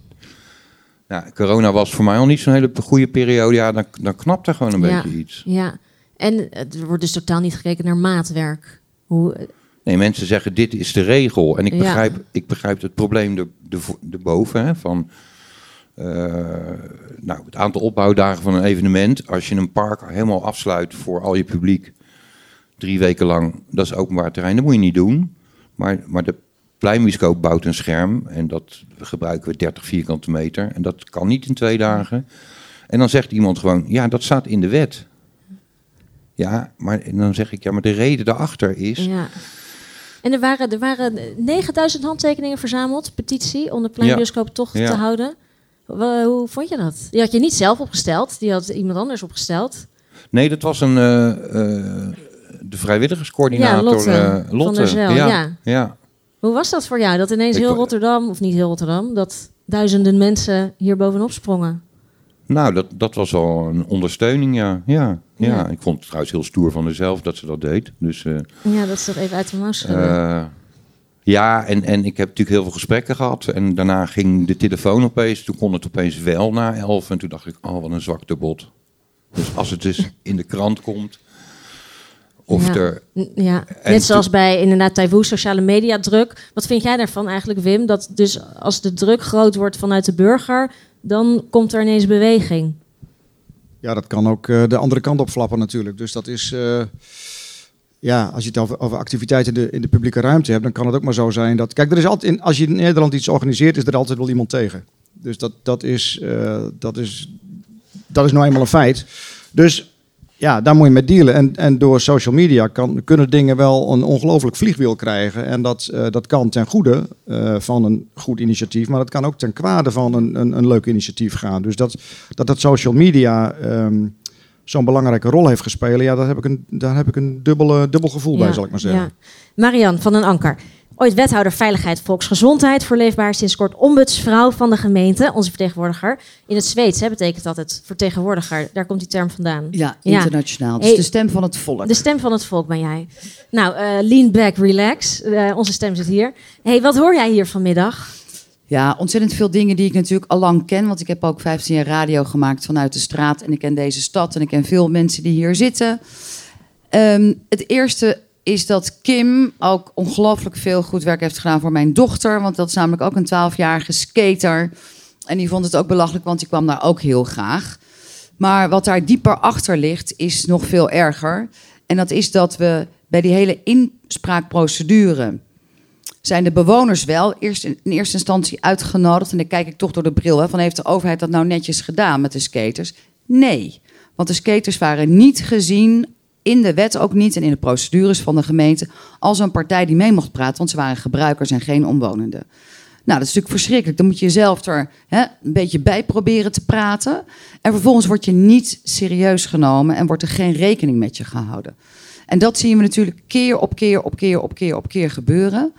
S5: Nou, corona was voor mij al niet zo'n hele goede periode. Ja, dan, dan knapt er gewoon een
S2: ja,
S5: beetje iets.
S2: Ja, en er wordt dus totaal niet gekeken naar maatwerk. Hoe...
S5: Nee, mensen zeggen dit is de regel. En ik
S2: ja.
S5: begrijp, ik begrijp het probleem er, erboven. Hè, van uh, nou, het aantal opbouwdagen van een evenement. Als je een park helemaal afsluit voor al je publiek. Drie weken lang, dat is openbaar terrein. Dat moet je niet doen. Maar, maar de pleinbioscoop bouwt een scherm en dat gebruiken we dertig vierkante meter. En dat kan niet in twee dagen. En dan zegt iemand gewoon, ja, dat staat in de wet. Ja, maar en dan zeg ik, ja, maar de reden daarachter is...
S2: Ja. En er waren, er waren negenduizend handtekeningen verzameld, petitie, om de pleinbioscoop ja. toch ja. te houden. Hoe, hoe vond je dat? Die had je niet zelf opgesteld, die had iemand anders opgesteld.
S5: Nee, dat was een, uh, uh, de vrijwilligerscoördinator
S2: ja, Lotte,
S5: uh, Lotte.
S2: van der Zijl.
S5: Ja,
S2: ja.
S5: ja.
S2: Hoe was dat voor jou? Dat ineens
S5: Ik,
S2: heel Rotterdam, of niet heel Rotterdam, dat duizenden mensen hier bovenop sprongen?
S5: Nou, dat, dat was wel een ondersteuning, ja. Ja, ja.
S2: Ja.
S5: Ik vond het trouwens heel stoer van mezelf dat ze dat deed. Dus, uh,
S2: Ja, dat is toch even uit de mouw schudden.
S5: uh, ja, en, en ik heb natuurlijk heel veel gesprekken gehad. En daarna ging de telefoon opeens. Toen kon het opeens wel na elf. En toen dacht ik, oh, wat een zwakte bot. Dus als het dus in de krant komt... Of
S2: ja.
S5: er...
S2: Ja,
S5: En
S2: net zoals
S5: to-
S2: bij inderdaad Taiwoe, sociale media druk. Wat vind jij daarvan eigenlijk, Wim? Dat dus als de druk groot wordt vanuit de burger, dan komt er ineens beweging.
S4: Ja, dat kan ook uh, de andere kant op flappen natuurlijk. Dus dat is... Uh, ja, als je het over, over activiteiten in de, in de publieke ruimte hebt, dan kan het ook maar zo zijn dat... Kijk, er is altijd in, als je in Nederland iets organiseert, is er altijd wel iemand tegen. Dus dat, dat, is, uh, dat, is, dat is nou eenmaal een feit. Dus... Ja, daar moet je mee dealen. En, en door social media kan, kunnen dingen wel een ongelooflijk vliegwiel krijgen. En dat, uh, dat kan ten goede uh, van een goed initiatief, maar dat kan ook ten kwade van een, een, een leuk initiatief gaan. Dus dat dat, dat social media um, zo'n belangrijke rol heeft gespeeld, ja, daar heb ik een, daar heb ik een dubbele, dubbel gevoel
S2: ja,
S4: bij, zal ik maar zeggen.
S2: Ja. Marian van den Anker. Ooit wethouder Veiligheid Volksgezondheid voor Leefbaar, sinds kort ombudsvrouw van de gemeente, onze vertegenwoordiger. In het Zweeds hè, betekent dat het vertegenwoordiger. Daar komt die term vandaan.
S6: Ja,
S2: Ja.
S6: internationaal. Dus
S2: Hey,
S6: de stem van het volk.
S2: De stem van het volk ben jij. Nou, uh, lean back, relax. Uh, onze stem zit hier. Hey, wat hoor jij hier vanmiddag?
S6: Ja, ontzettend veel dingen die ik natuurlijk al lang ken. Want ik heb ook vijftien jaar radio gemaakt vanuit de straat. En ik ken deze stad en ik ken veel mensen die hier zitten. Um, het eerste is dat Kim ook ongelooflijk veel goed werk heeft gedaan voor mijn dochter. Want dat is namelijk ook een twaalfjarige skater. En die vond het ook belachelijk, want die kwam daar ook heel graag. Maar wat daar dieper achter ligt, is nog veel erger. En dat is dat we bij die hele inspraakprocedure... zijn de bewoners wel eerst in eerste instantie uitgenodigd. En dan kijk ik toch door de bril. Hè, van heeft de overheid dat nou netjes gedaan met de skaters? Nee, want de skaters waren niet gezien... in de wet ook niet en in de procedures van de gemeente... als een partij die mee mocht praten, want ze waren gebruikers en geen omwonenden. Nou, dat is natuurlijk verschrikkelijk. Dan moet je jezelf er hè, een beetje bij proberen te praten. En vervolgens word je niet serieus genomen en wordt er geen rekening met je gehouden. En dat zien we natuurlijk keer op keer op keer op keer op keer gebeuren.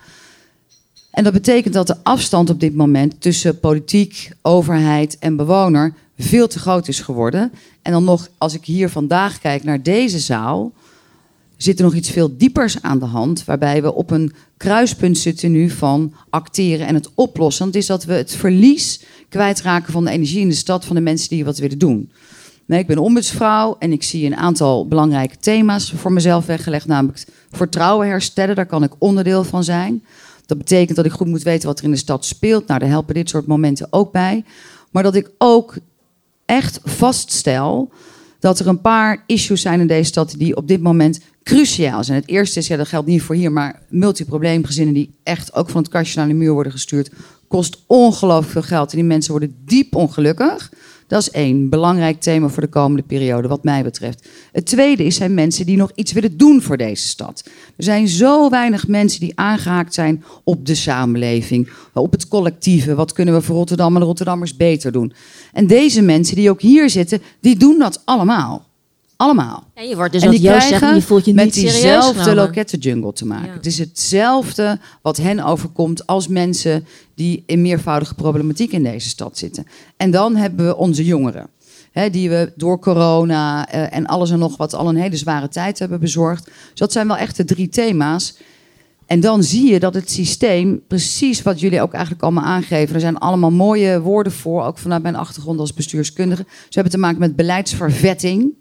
S6: En dat betekent dat de afstand op dit moment tussen politiek, overheid en bewoner veel te groot is geworden. En dan nog, als ik hier vandaag kijk naar deze zaal, zit er nog iets veel diepers aan de hand, waarbij we op een kruispunt zitten nu van acteren en het oplossen. Dat is dat we het verlies kwijtraken van de energie in de stad van de mensen die wat willen doen. Nee, ik ben ombudsvrouw en ik zie een aantal belangrijke thema's voor mezelf weggelegd, namelijk vertrouwen herstellen. Daar kan ik onderdeel van zijn. Dat betekent dat ik goed moet weten wat er in de stad speelt. Nou, daar helpen dit soort momenten ook bij. Maar dat ik ook echt vaststel dat er een paar issues zijn in deze stad die op dit moment cruciaal zijn. Het eerste is, ja, dat geldt niet voor hier, maar multiprobleemgezinnen die echt ook van het kastje naar de muur worden gestuurd, kost ongelooflijk veel geld en die mensen worden diep ongelukkig. Dat is één belangrijk thema voor de komende periode, wat mij betreft. Het tweede is, zijn mensen die nog iets willen doen voor deze stad. Er zijn zo weinig mensen die aangehaakt zijn op de samenleving, op het collectieve. Wat kunnen we voor Rotterdam en de Rotterdammers beter doen? En deze mensen die ook hier zitten, die doen dat allemaal. Allemaal.
S2: En je wordt dus
S6: en
S2: wat
S6: die
S2: Joost
S6: krijgen
S2: zegt, je voelt je
S6: met
S2: niet serieus
S6: diezelfde
S2: genomen.
S6: lokettenjungle te maken.
S2: Ja.
S6: Het is hetzelfde wat hen overkomt als mensen die in meervoudige problematiek in deze stad zitten. En dan hebben we onze jongeren. Hè, die we door corona uh, en alles en nog wat al een hele zware tijd hebben bezorgd. Dus dat zijn wel echt de drie thema's. En dan zie je dat het systeem, precies wat jullie ook eigenlijk allemaal aangeven, er zijn allemaal mooie woorden voor, ook vanuit mijn achtergrond als bestuurskundige. Ze hebben te maken met beleidsvervetting.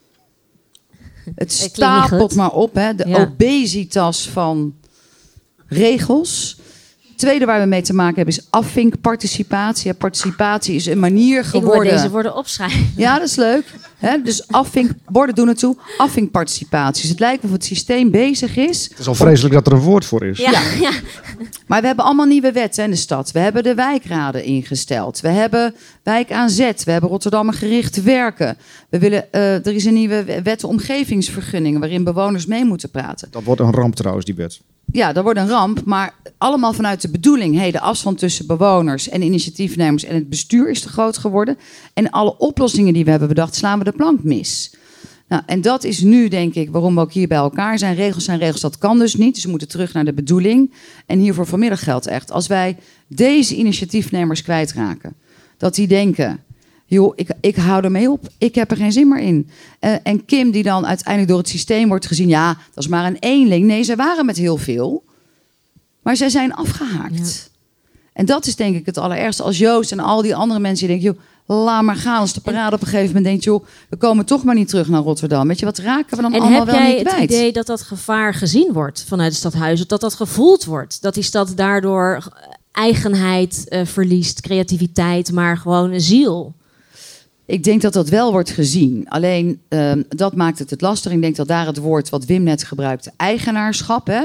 S6: Het stapelt maar op, hè? De ja. obesitas van regels. Het tweede waar we mee te maken hebben is afvinkparticipatie. Ja, participatie is een manier geworden.
S2: Ik wil deze woorden opschrijven.
S6: Ja, dat is leuk. Hè? Dus afvinkborden doen het toe. Afvinkparticipatie. Dus het lijkt of het systeem bezig is.
S4: Het is al vreselijk dat er een woord voor is.
S2: Ja, ja. ja.
S6: Maar we hebben allemaal nieuwe wetten in de stad. We hebben de wijkraden ingesteld. We hebben wijk aan zet. We hebben Rotterdammer gericht werken. We willen, uh, er is een nieuwe wet omgevingsvergunningen waarin bewoners mee moeten praten.
S4: Dat wordt een ramp trouwens, die wet.
S6: ja, dat wordt een ramp. Maar allemaal vanuit de bedoeling. Hey, de afstand tussen bewoners en initiatiefnemers en het bestuur is te groot geworden. En alle oplossingen die we hebben bedacht, slaan we de plank mis. Nou, en dat is nu, denk ik, waarom we ook hier bij elkaar zijn. Regels zijn regels, dat kan dus niet. Dus we moeten terug naar de bedoeling. En hiervoor vanmiddag geldt echt. Als wij deze initiatiefnemers kwijtraken, dat die denken, joh, ik, ik hou ermee op. Ik heb er geen zin meer in. Uh, en Kim, die dan uiteindelijk door het systeem wordt gezien, ja, dat is maar een eenling. Nee, ze waren met heel veel. Maar zij zijn afgehaakt. Ja. En dat is denk ik het allerergste. Als Joost en al die andere mensen die denken, joh, laat maar gaan. Als de parade op een gegeven moment denkt, joh, we komen toch maar niet terug naar Rotterdam. Weet je, wat raken we dan
S2: en
S6: allemaal wel niet kwijt?
S2: En heb jij het idee dat dat gevaar gezien wordt vanuit het stadhuis? Dat dat gevoeld wordt? Dat die stad daardoor eigenheid uh, verliest, creativiteit, maar gewoon een ziel?
S6: Ik denk dat dat wel wordt gezien. Alleen, uh, dat maakt het het lastig. Ik denk dat daar het woord wat Wim net gebruikte, eigenaarschap, hè?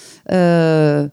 S6: Uh,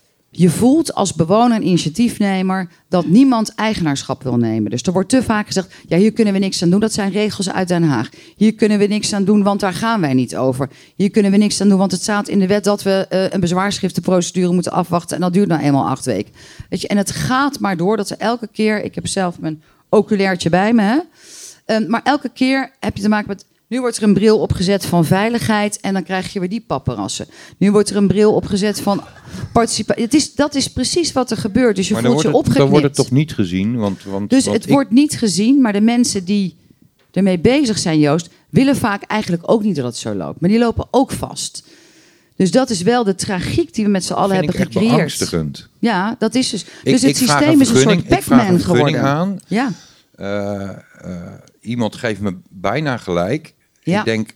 S6: Je voelt als bewoner en initiatiefnemer dat niemand eigenaarschap wil nemen. Dus er wordt te vaak gezegd, ja, hier kunnen we niks aan doen. Dat zijn regels uit Den Haag. Hier kunnen we niks aan doen, want daar gaan wij niet over. Hier kunnen we niks aan doen, want het staat in de wet dat we uh, een bezwaarschriftenprocedure moeten afwachten. En dat duurt nou eenmaal acht weken. Weet je, en het gaat maar door dat ze elke keer, ik heb zelf mijn oculairtje bij me, hè? Um, maar elke keer heb je te maken met, nu wordt er een bril opgezet van veiligheid en dan krijg je weer die papperassen. Nu wordt er een bril opgezet van participatie. Het is, dat is precies wat er gebeurt. Dus je
S5: maar
S6: voelt je
S5: het,
S6: opgeknipt.
S5: Dan wordt het toch niet gezien? Want, want,
S6: dus
S5: want
S6: het
S5: ik...
S6: wordt niet gezien, maar de mensen die ermee bezig zijn, Joost, willen vaak eigenlijk ook niet dat het zo loopt. Maar die lopen ook vast. Dus dat is wel de tragiek die we met z'n allen hebben
S5: vind ik
S6: gecreëerd.
S5: echt beangstigend.
S6: Ja, dat is dus.
S5: Ik,
S6: dus het
S5: ik
S6: systeem
S5: een
S6: is een soort Pac-Man geworden.
S5: Aan.
S6: Ja.
S5: Uh, uh, iemand geeft me bijna gelijk.
S6: Ja.
S5: Ik denk,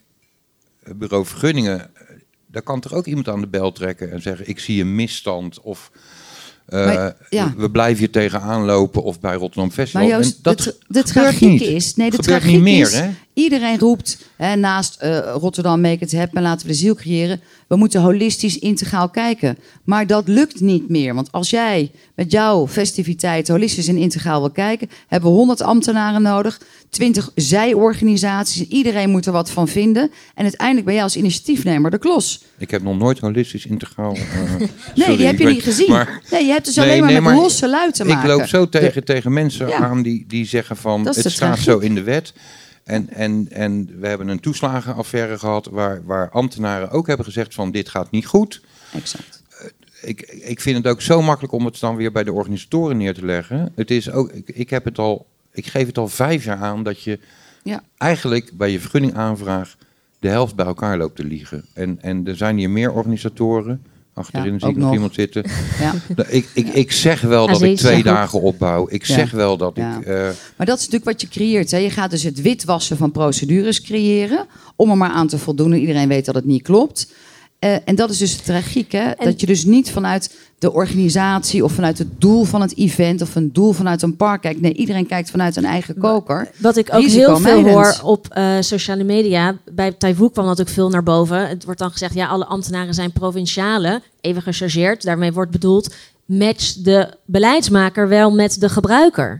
S5: bureau vergunningen, daar kan toch ook iemand aan de bel trekken en zeggen, ik zie een misstand of uh,
S6: maar, ja.
S5: we blijven hier tegenaan lopen of bij Rotterdam Festival.
S6: Maar Joost,
S5: en dat
S6: de, de tragiek
S5: niet.
S6: is, nee, de
S5: gebeurt
S6: tragiek
S5: niet meer,
S6: is,
S5: hè?
S6: Iedereen roept, hè, naast uh, Rotterdam Make It Happen, laten we de ziel creëren. We moeten holistisch, integraal kijken. Maar dat lukt niet meer. Want als jij met jouw festiviteit holistisch en integraal wil kijken, hebben we honderd ambtenaren nodig, twintig zijorganisaties. Iedereen moet er wat van vinden. En uiteindelijk ben jij als initiatiefnemer de klos.
S5: Ik heb nog nooit holistisch, integraal... Uh,
S6: nee,
S5: sorry,
S6: die heb je
S5: weet,
S6: niet gezien.
S5: Maar,
S6: nee, je hebt dus
S5: nee,
S6: alleen maar
S5: nee,
S6: met
S5: maar
S6: losse luid te maken.
S5: Ik loop zo tegen,
S6: de,
S5: tegen mensen
S6: ja.
S5: aan die, die zeggen van, het staat
S6: tragiek.
S5: zo in de wet. En, en, en we hebben een toeslagenaffaire gehad waar, waar ambtenaren ook hebben gezegd van dit gaat niet goed.
S6: Exact.
S5: Uh, ik, ik vind het ook zo makkelijk om het dan weer bij de organisatoren neer te leggen. Het is ook, ik, ik, heb het al, ik geef het al vijf jaar aan dat je
S6: ja. eigenlijk
S5: bij je vergunningaanvraag de helft bij elkaar loopt te liegen. En, en er zijn hier meer organisatoren. Achterin
S6: ja,
S5: zie ik nog, nog iemand zitten.
S6: Ja.
S5: Ik, ik, ik zeg wel dat ik twee dagen opbouw. Ik zeg ja. wel dat
S6: ja.
S5: ik... Uh...
S6: Maar dat is natuurlijk wat je creëert. Hè. Je gaat dus het witwassen van procedures creëren om er maar aan te voldoen. En iedereen weet dat het niet klopt. Uh, en dat is dus de tragiek. Hè? En... Dat je dus niet vanuit de organisatie of vanuit het doel van het event of een doel vanuit een park kijkt. Nee, iedereen kijkt vanuit een eigen koker.
S2: Wat ik ook heel veel hoor op uh, sociale media. Bij Taiwoe kwam dat ook veel naar boven. Het wordt dan gezegd, ja, alle ambtenaren zijn provinciale. Even gechargeerd. Daarmee wordt bedoeld, match de beleidsmaker wel met de gebruiker.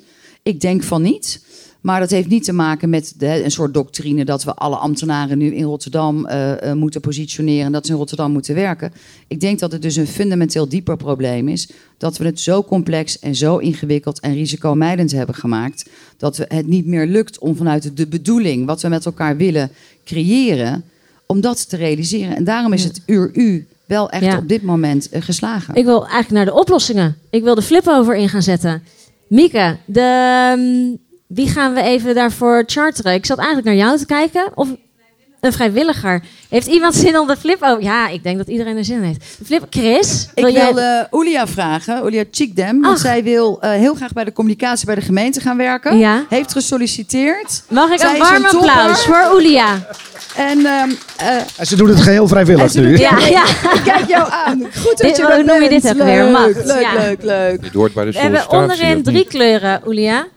S6: Ik denk van niet. Maar dat heeft niet te maken met de, een soort doctrine dat we alle ambtenaren nu in Rotterdam uh, uh, moeten positioneren en dat ze in Rotterdam moeten werken. Ik denk dat het dus een fundamenteel dieper probleem is dat we het zo complex en zo ingewikkeld en risicomijdend hebben gemaakt dat we het niet meer lukt om vanuit de bedoeling wat we met elkaar willen creëren, om dat te realiseren. En daarom is het uur u wel echt ja. op dit moment uh, geslagen.
S2: Ik wil eigenlijk naar de oplossingen. Ik wil de flip-over in gaan zetten. Mieke, de... Um... Wie gaan we even daarvoor charteren? Ik zat eigenlijk naar jou te kijken. Of een vrijwilliger. Heeft iemand zin om de flip over? Ja, ik denk dat iedereen er zin in heeft. De flip, Chris?
S6: Ik
S2: wil
S6: wil
S2: jij...
S6: uh, Ulia vragen. Ulia Chikdem. Want zij wil uh, heel graag bij de communicatie bij de gemeente gaan werken.
S2: Ja.
S6: Heeft gesolliciteerd.
S2: Mag ik
S6: zij
S2: een warm
S6: een
S2: applaus voor Ulia?
S6: En, um, uh,
S4: en ze doet het geheel vrijwillig nu.
S6: Het, ja, ja. Ik kijk jou aan. Goed dat je
S2: Hoe noem je dit ook
S6: leuk,
S2: weer? Macht.
S6: Leuk,
S2: ja.
S6: leuk, leuk.
S5: Dit hoort bij de
S2: we hebben onderin drie kleuren, Ulia.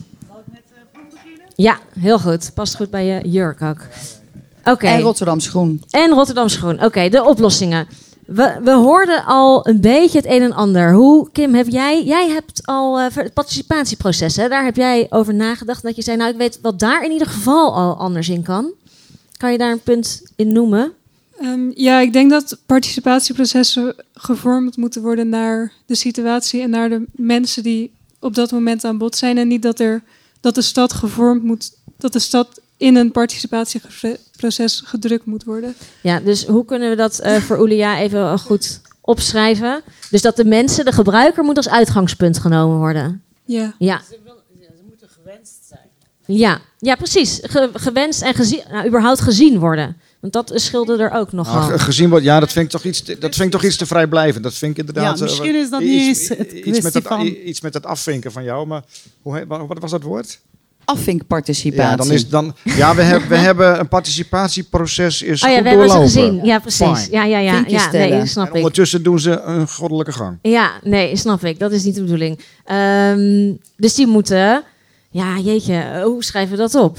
S2: Ja, heel goed. Past goed bij je jurk ook. Okay.
S6: En Rotterdam Schoen.
S2: En Rotterdam Schoen. Oké, okay, de oplossingen. We, we hoorden al een beetje het een en ander. Hoe, Kim, heb jij... Jij hebt al uh, het participatieproces, hè? Daar heb jij over nagedacht. Dat je zei, nou, ik weet wat daar in ieder geval al anders in kan. Kan je daar een punt in noemen?
S3: Um, ja, ik denk dat participatieprocessen gevormd moeten worden naar de situatie en naar de mensen die op dat moment aan bod zijn. En niet dat, er, dat de stad gevormd moet, dat de stad in een participatieproces gedrukt moet worden.
S2: Ja, dus hoe kunnen we dat uh, voor Oulia even goed opschrijven? Dus dat de mensen, de gebruiker, moet als uitgangspunt genomen worden.
S3: Ja.
S2: Ja.
S7: Ze, wil, ze moeten gewenst zijn.
S2: Ja, ja precies. Ge, gewenst en gezien, nou, überhaupt gezien worden. Want dat scheelde er ook nogal.
S4: Nou, gezien wordt, ja, dat vind ik toch iets te, dat vind ik toch iets te vrijblijvend. Dat vind ik inderdaad.
S7: Ja, misschien is dat
S4: uh,
S7: niet
S4: iets,
S7: eens het
S4: iets met dat,
S7: van...
S4: iets met dat afvinken van jou. Maar hoe, wat was dat woord?
S6: Afvinkparticipatie.
S4: Ja, dan is dan. Ja, we hebben we hebben een participatieproces is
S2: oh ja,
S4: goed
S2: we hebben
S4: doorlopen.
S2: ze gezien. Ja, precies.
S4: Fine.
S2: Ja, ja, ja.
S6: Vinkjes
S2: ja nee,
S6: stellen.
S2: snap
S4: En
S2: ik.
S4: ondertussen doen ze een goddelijke gang.
S2: Ja, nee, snap ik. Dat is niet de bedoeling. Um, dus die moeten... Ja, jeetje, hoe schrijven we dat op?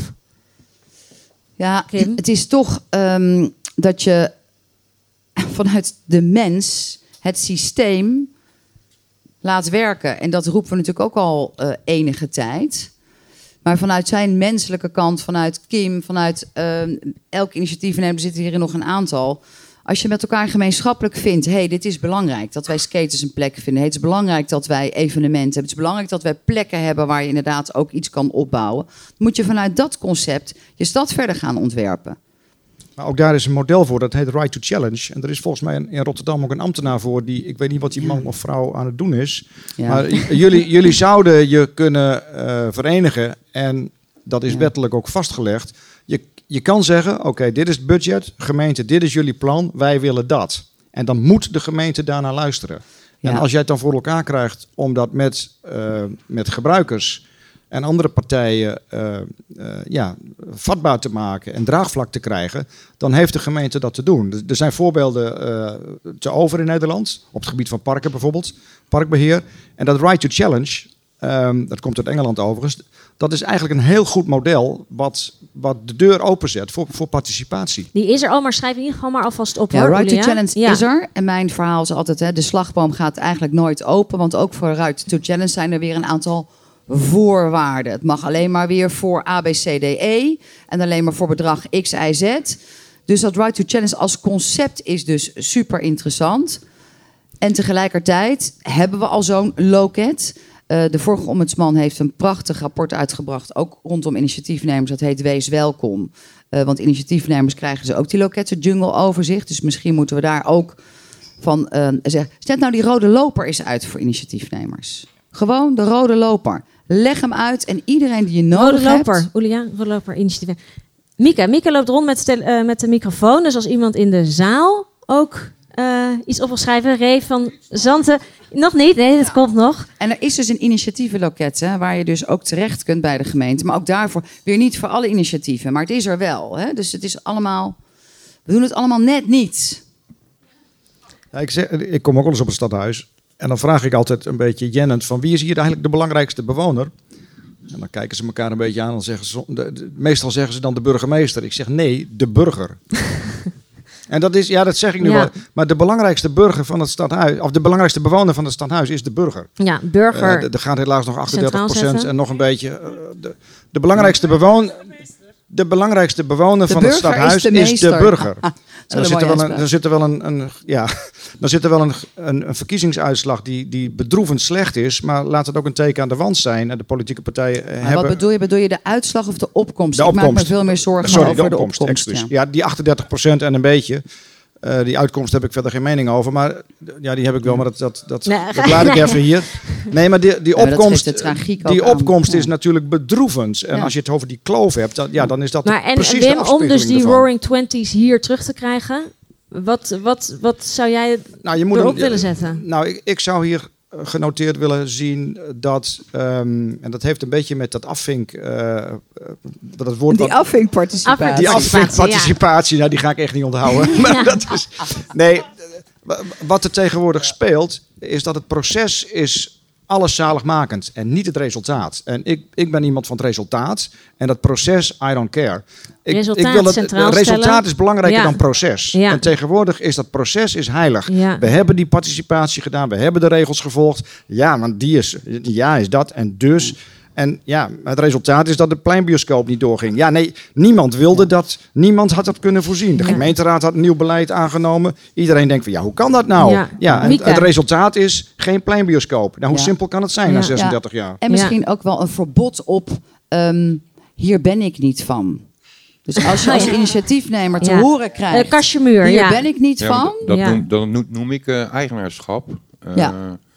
S6: Ja,
S2: Kim?
S6: het is toch um, dat je vanuit de mens het systeem laat werken. En dat roepen we natuurlijk ook al uh, enige tijd. Maar vanuit zijn menselijke kant, vanuit Kim, vanuit uh, elk initiatiefnemer, er zitten hier nog een aantal. Als je met elkaar gemeenschappelijk vindt, hé, hey, dit is belangrijk dat wij skaters een plek vinden. Hey, het is belangrijk dat wij evenementen hebben. Het is belangrijk dat wij plekken hebben waar je inderdaad ook iets kan opbouwen. Dan moet je vanuit dat concept je stad verder gaan ontwerpen.
S4: Maar ook daar is een model voor, dat heet Right to Challenge. En er is volgens mij in, in Rotterdam ook een ambtenaar voor die, ik weet niet wat die man of vrouw aan het doen is.
S6: Ja.
S4: Maar j- jullie, jullie zouden je kunnen uh, verenigen en dat is
S6: Ja.
S4: wettelijk ook vastgelegd. Je, je kan zeggen, oké, okay, dit is het budget, gemeente, dit is jullie plan, wij willen dat. En dan moet de gemeente daarnaar luisteren.
S6: Ja.
S4: En als jij het dan voor elkaar krijgt om dat met, uh, met gebruikers en andere partijen uh, uh, ja, vatbaar te maken en draagvlak te krijgen, dan heeft de gemeente dat te doen. Er zijn voorbeelden uh, te over in Nederland, op het gebied van parken bijvoorbeeld, parkbeheer. En dat Right to Challenge, um, dat komt uit Engeland overigens, dat is eigenlijk een heel goed model wat, wat de deur openzet voor, voor participatie.
S2: Die is er al, maar schrijf in ieder geval maar alvast op.
S6: Ja,
S2: hoor,
S6: Right to
S2: Oulia.
S6: Challenge
S2: Ja.
S6: is er. En mijn verhaal is altijd, hè, de slagboom gaat eigenlijk nooit open. Want ook voor Right to Challenge zijn er weer een aantal voorwaarden. Het mag alleen maar weer voor A, B, C, D, E. En alleen maar voor bedrag X, Y, Z. Dus dat Right to Challenge als concept is dus super interessant. En tegelijkertijd hebben we al zo'n loket. Uh, de vorige ombudsman heeft een prachtig rapport uitgebracht, ook rondom initiatiefnemers. Dat heet Wees Welkom. Uh, want initiatiefnemers krijgen ze ook die loketten jungle overzicht. Dus misschien moeten we daar ook van uh, zeggen. Zet nou die rode loper eens uit voor initiatiefnemers. Gewoon de rode loper. Leg hem uit en iedereen die je nodig
S2: Rode loper.
S6: hebt.
S2: Oulia, rode loper, initiatief. Mika, Mika loopt rond met, tel- uh, met de microfoon. Dus als iemand in de zaal ook uh, iets op wil schrijven. Ray van Zanten. Nog niet, nee, dat
S6: Ja.
S2: komt nog.
S6: En er is dus een initiatievenloket, hè, waar je dus ook terecht kunt bij de gemeente. Maar ook daarvoor, weer niet voor alle initiatieven. Maar het is er wel. Hè? Dus het is allemaal, we doen het allemaal net niet.
S4: Ja, ik, zeg, ik kom ook wel eens op het stadhuis. En dan vraag ik altijd een beetje jennend van wie is hier eigenlijk de belangrijkste bewoner? En dan kijken ze elkaar een beetje aan en zeggen ze, de, de, meestal zeggen ze dan de burgemeester. Ik zeg nee, de burger. En dat is, ja, dat zeg ik nu
S2: Ja.
S4: wel. Maar de belangrijkste burger van het stadhuis, of de belangrijkste bewoner van het stadhuis is de burger.
S2: Ja, burger.
S4: Uh, er gaat helaas nog achtendertig
S2: Centraal
S4: procent
S2: zetten.
S4: en nog een beetje. Uh, de, de belangrijkste bewoner. De belangrijkste bewoner
S6: De
S4: van het
S6: burger
S4: stadhuis
S6: is de
S4: is de
S6: meester.
S4: burger.
S6: Ah,
S4: En dan zit er wel een, dan zit er wel een, een, ja, dan zit er wel een, een, een verkiezingsuitslag die, die bedroevend slecht is. Maar laat het ook een teken aan de wand zijn. En de politieke partijen uh,
S6: Maar
S4: hebben...
S6: wat bedoel je? Bedoel je de uitslag of de opkomst?
S4: De
S6: Ik maak me
S4: opkomst.
S6: veel meer zorgen
S4: Sorry,
S6: over
S4: de opkomst.
S6: de opkomst.
S4: excuus.
S6: ja.
S4: Ja, die achtendertig procent en een beetje. Uh, die uitkomst heb ik verder geen mening over. Maar uh, ja, die heb ik wel, maar dat, dat, dat,
S2: Nee,
S4: dat laat ik even hier. Nee, maar die, die
S6: Ja, maar dat
S4: opkomst,
S6: geeft de tragiek
S4: die
S6: ook aan.
S4: opkomst
S6: Ja.
S4: is natuurlijk bedroevend. En
S6: Ja.
S4: als je het over die kloof hebt, dan, ja, dan is dat
S2: Maar en
S4: precies de
S2: Wim, om
S4: afspiegeling
S2: dus die
S4: ervan.
S2: Roaring Twenties hier terug te krijgen, wat, wat, wat zou jij
S4: Nou, je moet
S2: erop
S4: hem-
S2: willen zetten?
S4: Nou, ik, ik zou hier uh, genoteerd willen zien dat, um, en dat heeft een beetje met dat afvink, uh, uh, dat woord
S6: Die
S4: wat-
S6: afvinkparticipatie.
S4: die
S2: participatie,
S4: afvinkparticipatie, nou die ga ik echt niet onthouden. Maar dat is, nee, w- wat er tegenwoordig speelt, is dat het proces is alles zaligmakend en niet het resultaat. En ik, ik ben iemand van het resultaat en dat proces, I don't care. Ik,
S2: Resultaat
S4: ik wil het,
S2: centraal
S4: het resultaat
S2: stellen.
S4: is belangrijker
S2: Ja.
S4: dan proces.
S2: Ja.
S4: En tegenwoordig is dat proces is heilig.
S2: Ja.
S4: We hebben die participatie gedaan, we hebben de regels gevolgd. Ja, want die is, ja is dat en dus. En ja, het resultaat is dat de pleinbioscoop niet doorging. Ja, nee, niemand wilde dat. Niemand had dat kunnen voorzien. De
S2: Ja.
S4: gemeenteraad had een nieuw beleid aangenomen. Iedereen denkt van, ja, hoe kan dat nou?
S2: Ja.
S4: Ja, en
S2: Mieke.
S4: het resultaat is geen pleinbioscoop. Nou, hoe
S6: Ja.
S4: simpel kan het zijn
S2: Ja.
S4: na zesendertig jaar?
S6: En misschien ook wel een verbod op, um, hier ben ik niet van. Dus als je als
S2: Ja.
S6: initiatiefnemer te
S2: Ja.
S6: horen krijgt,
S2: Uh, Kastjemuur,
S6: hier
S2: ja.
S6: ben ik niet
S5: Ja, maar
S6: van.
S5: dat, dat,
S2: Ja.
S5: noem, dat noem, noem ik uh, eigenaarschap. Uh,
S6: Ja.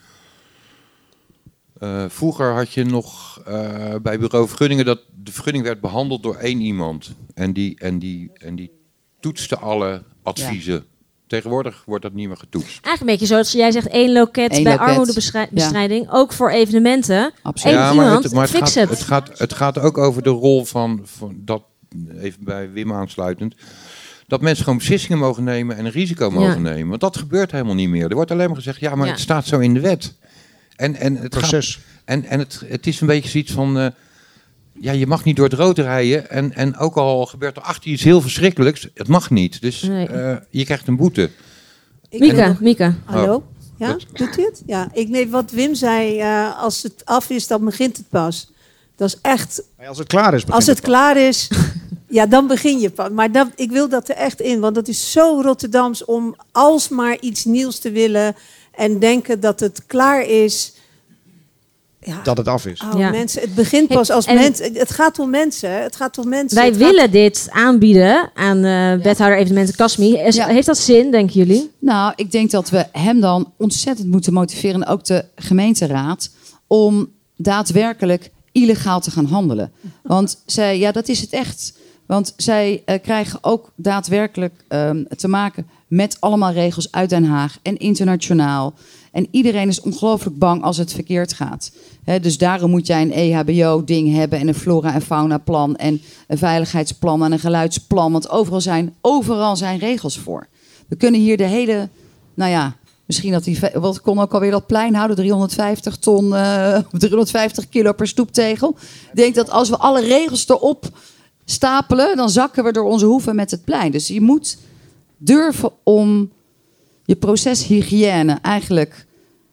S5: uh, vroeger had je nog uh, bij bureau vergunningen dat de vergunning werd behandeld door één iemand. En die, en die, en die toetste alle adviezen. Tegenwoordig wordt dat niet meer getoetst.
S2: Eigenlijk een beetje zoals jij zegt, één loket
S6: Eén
S2: bij
S6: loket.
S2: armoedebestrijding. Ook voor evenementen.
S6: Absoluut.
S2: Eén
S5: Ja, maar
S2: iemand,
S5: het, maar het,
S2: fix
S5: gaat,
S2: het.
S5: het, gaat, het gaat ook over de rol van, van dat, even bij Wim aansluitend, dat mensen gewoon beslissingen mogen nemen en een risico mogen
S2: Ja.
S5: nemen. Want dat gebeurt helemaal niet meer. Er wordt alleen maar gezegd, ja, maar
S2: Ja.
S5: het staat zo in de wet. En, en het,
S4: Proces.
S5: gaat, en, en het, het is een beetje zoiets van, uh, ja, je mag niet door het rood rijden. En, en ook al gebeurt er achter iets heel verschrikkelijks, het mag niet. Dus
S2: Nee.
S5: uh, je krijgt een boete.
S1: Ik heb
S2: Mieke,
S1: nog-
S2: Mieke.
S1: Hallo? Ja,
S5: Dat-
S1: doet u het? Ja, ik neem wat Wim zei. eh, als het af is, dan begint het pas. Dat is echt...
S4: Maar als het klaar is, begint
S1: Als het
S4: pas.
S1: klaar is, ja, dan begin je pas. Maar dat, ik wil dat er echt in. Want het is zo Rotterdams om alsmaar iets nieuws te willen. En denken dat het klaar is. Ja,
S4: Dat het af is.
S1: oh,
S2: Ja.
S1: mensen, het begint pas als
S2: En-
S1: mensen. Het gaat om mensen. hè. Het gaat om mensen.
S2: Wij
S1: Het gaat-
S2: willen dit aanbieden aan uh, wethouder evenementen Kasmi. Is-
S6: Ja.
S2: Heeft dat zin, denken jullie?
S6: Nou, ik denk dat we hem dan ontzettend moeten motiveren, en ook de gemeenteraad, om daadwerkelijk illegaal te gaan handelen. Want zij, ja, dat is het echt. Want zij uh, krijgen ook daadwerkelijk um, te maken met allemaal regels uit Den Haag en internationaal. En iedereen is ongelooflijk bang als het verkeerd gaat. He, dus daarom moet jij een E H B O-ding hebben en een flora- en fauna-plan en een veiligheidsplan en een geluidsplan. Want overal zijn, overal zijn regels voor. We kunnen hier de hele, nou ja, misschien dat die, wat kon ook alweer dat plein houden, driehonderdvijftig ton, uh, driehonderdvijftig kilo per stoeptegel. Ik denk dat als we alle regels erop stapelen, dan zakken we door onze hoeven met het plein. Dus je moet durven om je proceshygiëne eigenlijk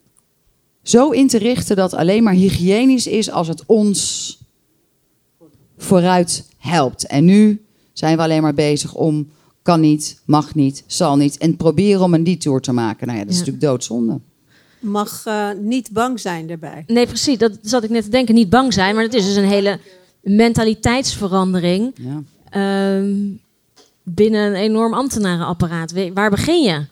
S6: zo in te richten dat alleen maar hygiënisch is als het ons vooruit helpt. En nu zijn we alleen maar bezig om kan niet, mag niet, zal niet. En proberen om een detour te maken. Nou ja, dat is
S2: Ja.
S6: natuurlijk doodzonde.
S1: Mag uh, niet bang zijn daarbij.
S2: Nee, precies. Dat zat ik net te denken. Niet bang zijn, maar het is dus een hele mentaliteitsverandering
S6: Ja.
S2: um, binnen een enorm ambtenarenapparaat. We- Waar begin je?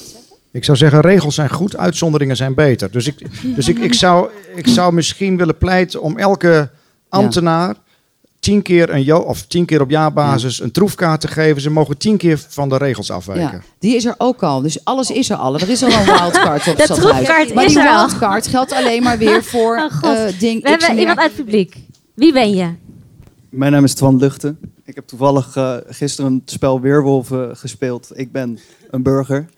S4: Ik zou zeggen, regels zijn goed, uitzonderingen zijn beter. Dus ik, dus ik, ik, zou, ik zou misschien willen pleiten om elke ambtenaar tien keer, een jo- of tien keer op jaarbasis een troefkaart te geven. Ze mogen tien keer van de regels afwijken.
S6: Ja, die is er ook al. Dus alles is er al. Er is al een wildcard op
S2: De
S6: het stadhuis.
S2: troefkaart
S6: Maar
S2: is
S6: die
S2: er al.
S6: wildcard geldt alleen maar weer voor
S2: Oh, God.
S6: uh, ding
S2: We
S6: X en
S2: hebben
S6: Y.
S2: iemand uit het publiek. Wie ben je?
S8: Mijn naam is Twan Luchten. Ik heb toevallig uh, gisteren een spel Weerwolven gespeeld. Ik ben een burger.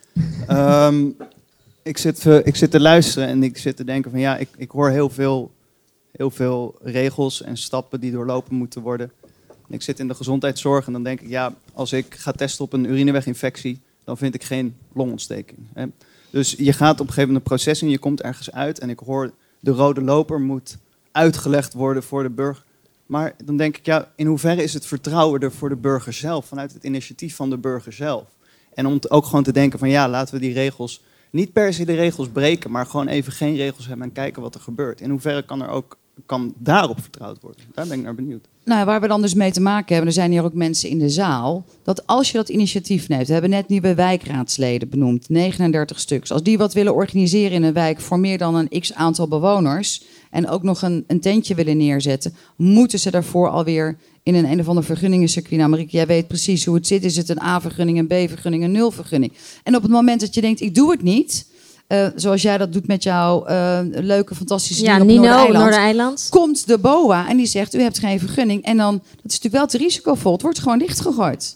S8: Um, ik, zit, uh, ik zit te luisteren en ik zit te denken van ja, ik, ik hoor heel veel, heel veel regels en stappen die doorlopen moeten worden. En ik zit in de gezondheidszorg en dan denk ik ja, als ik ga testen op een urineweginfectie, dan vind ik geen longontsteking. Hè. Dus je gaat op een gegeven moment een proces in, je komt ergens uit en ik hoor de rode loper moet uitgelegd worden voor de burger. Maar dan denk ik, ja, in hoeverre is het vertrouwen er voor de burger zelf, vanuit het initiatief van de burger zelf? En om te, ook gewoon te denken van, ja, laten we die regels, niet per se de regels breken, maar gewoon even geen regels hebben en kijken wat er gebeurt. In hoeverre kan er ook, kan daarop vertrouwd worden? Daar ben ik naar benieuwd.
S6: Nou, waar we dan dus mee te maken hebben, er zijn hier ook mensen in de zaal, dat als je dat initiatief neemt, we hebben net nieuwe wijkraadsleden benoemd, negenendertig stuks. Als die wat willen organiseren in een wijk voor meer dan een x aantal bewoners en ook nog een, een tentje willen neerzetten, moeten ze daarvoor alweer in een een of ander vergunningencircuit. Nou, Marieke, jij weet precies hoe het zit. Is het een A-vergunning, een B-vergunning, een nul-vergunning? En op het moment dat je denkt, ik doe het niet, uh, zoals jij dat doet met jouw uh, leuke, fantastische
S2: Ja,
S6: dingen op
S2: Nino,
S6: Noordereiland,
S2: Noordereiland.
S6: komt de B O A en die zegt, u hebt geen vergunning. En dan, dat is natuurlijk wel te risicovol, het wordt gewoon dichtgegooid.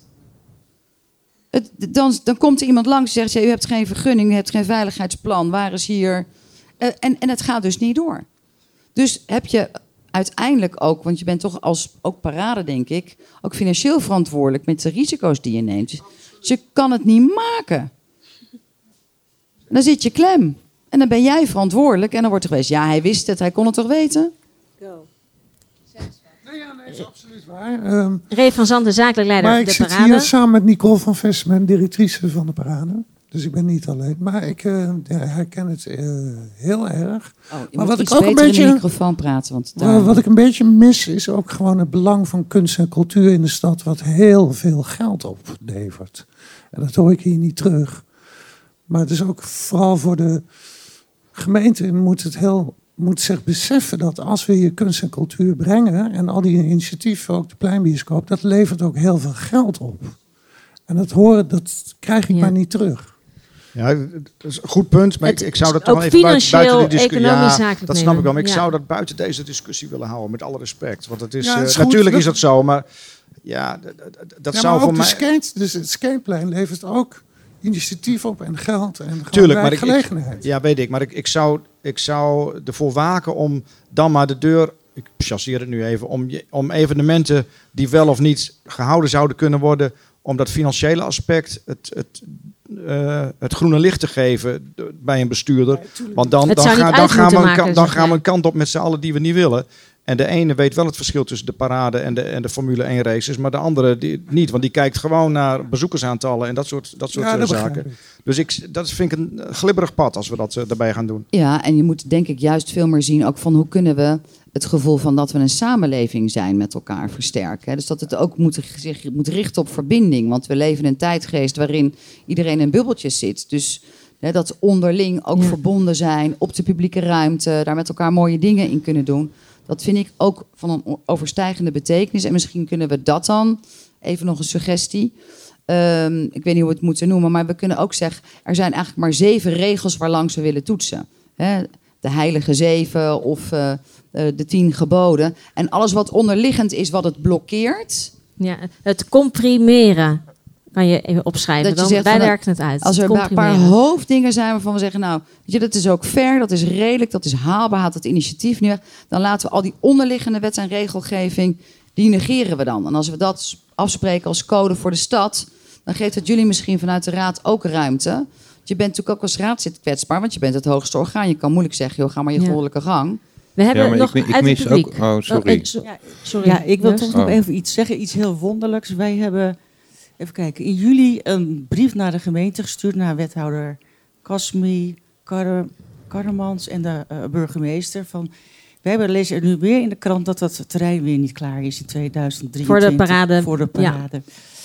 S6: Het, dan, dan komt er iemand langs en zegt, ja, u hebt geen vergunning, u hebt geen veiligheidsplan, waar is hier... Uh, en, en het gaat dus niet door. Dus heb je uiteindelijk ook, want je bent toch als ook parade, denk ik, ook financieel verantwoordelijk met de risico's die je neemt. Dus je kan het niet maken. Dan zit je klem. En dan ben jij verantwoordelijk. En dan wordt er geweest, ja, hij wist het, hij kon het toch weten?
S1: Go.
S9: is absoluut waar. Um,
S2: Ray van Zanten, zakelijk leider
S9: maar ik
S2: de
S9: zit
S2: parade.
S9: hier samen met Nicole van Versmen, directrice van de parade. Dus ik ben niet alleen. Maar ik uh, ja, herken het uh, heel erg.
S6: Oh, je
S9: maar
S6: moet
S9: wat
S6: iets
S9: ik ook een
S6: beter
S9: beetje,
S6: in de microfoon praten. Want daar...
S9: Wat ik een beetje mis is ook gewoon het belang van kunst en cultuur in de stad. Wat heel veel geld oplevert. En dat hoor ik hier niet terug. Maar het is ook vooral voor de gemeente moet het heel... moet zich beseffen dat als we hier kunst en cultuur brengen... en al die initiatieven, ook de Pleinbioscoop... dat levert ook heel veel geld op. En dat horen, dat krijg ik
S2: Ja.
S9: maar niet terug.
S4: Ja, dat is een goed punt. Maar
S2: Het-
S4: ik, ik zou dat
S2: ook
S4: toch wel even buiten, buiten die discussie...
S2: financieel,
S4: Ja,
S2: economisch
S4: dat snap
S2: nemen.
S4: ik wel. Maar ik
S2: Ja.
S4: zou dat buiten deze discussie willen houden. Met alle respect. Want het is,
S9: Ja, het
S4: uh,
S9: is goed.
S4: natuurlijk
S9: We-
S4: is dat zo. Maar ja, d- d- d- dat
S9: Ja,
S4: zou
S9: maar
S4: voor
S9: ook
S4: mij...
S9: de skate, dus het skateplein levert ook initiatief op en geld en gewoon
S4: Tuurlijk, maar ik, ik,
S9: werkgelegenheid.
S4: ja, weet ik. Maar ik, ik, zou, ik zou ervoor waken om dan maar de deur... Ik chasseer het nu even. Om, je- om evenementen die wel of niet gehouden zouden kunnen worden... om dat financiële aspect, het, het, uh, het groene licht te geven d- bij een bestuurder. Want dan,
S2: Het
S4: dan,
S2: zou niet
S4: gaan, dan,
S2: uit
S4: gaan, we
S2: moeten
S4: een,
S2: maken,
S4: kan- dan
S2: zeg
S4: gaan we
S2: jij.
S4: een kant op met z'n allen die we niet willen. En de ene weet wel het verschil tussen de parade en de, en de Formule één races. Maar de andere die, niet. Want die kijkt gewoon naar bezoekersaantallen en dat soort, dat soort
S9: Ja,
S4: uh,
S9: dat begrijp
S4: zaken.
S9: ik.
S4: Dus ik, dat vind ik een glibberig pad als we dat uh, daarbij gaan doen.
S6: Ja, en je moet denk ik juist veel meer zien ook van hoe kunnen we het gevoel van dat we een samenleving zijn met elkaar versterken. Hè? Dus dat het ook moet, zich moet richten op verbinding. Want we leven in een tijdgeest waarin iedereen in bubbeltjes zit. Dus hè, dat onderling ook
S2: Ja.
S6: verbonden zijn op de publieke ruimte, daar met elkaar mooie dingen in kunnen doen. Dat vind ik ook van een o- overstijgende betekenis. En misschien kunnen we dat dan, even nog een suggestie. Um, ik weet niet hoe we het moeten noemen, maar we kunnen ook zeggen... er zijn eigenlijk maar zeven regels waarlangs we willen toetsen. Hè? De heilige zeven of uh, uh, de tien geboden. En alles wat onderliggend is, wat het blokkeert...
S2: Ja, het comprimeren kan je even opschrijven.
S6: Dat je
S2: Dan,
S6: zegt
S2: wij
S6: van,
S2: werken het uit.
S6: Als
S2: Het
S6: er een paar
S2: comprimeren.
S6: hoofddingen zijn waarvan we zeggen... nou, weet je, dat is ook fair, dat is redelijk, dat is haalbaar... haalt het initiatief nu weg. Dan laten we al die onderliggende wet- en regelgeving... die negeren we dan. En als we dat afspreken als code voor de stad... dan geeft het jullie misschien vanuit de raad ook ruimte. Je bent natuurlijk ook als raadslid kwetsbaar... want je bent het hoogste orgaan. Je kan moeilijk zeggen, joh, ga maar je
S2: Ja.
S6: goddelijke gang.
S2: We hebben
S5: Ja, maar
S2: nog
S5: ik, ik
S2: uit
S5: mis
S2: het publiek.
S5: ook... Oh, sorry.
S2: eh, so-
S7: Ja,
S2: sorry.
S7: Ja, ik wil
S2: Joost?
S7: toch nog
S5: Oh.
S7: even iets zeggen, iets heel wonderlijks. Wij hebben, even kijken, in juli een brief naar de gemeente gestuurd... naar wethouder Kasmi, Karre, Karremans en de uh, burgemeester. Van, we hebben lezen er nu weer in de krant dat dat terrein weer niet klaar is in tweeduizend drieëntwintig.
S2: Voor de parade.
S7: Voor de
S2: Ja.
S7: parade.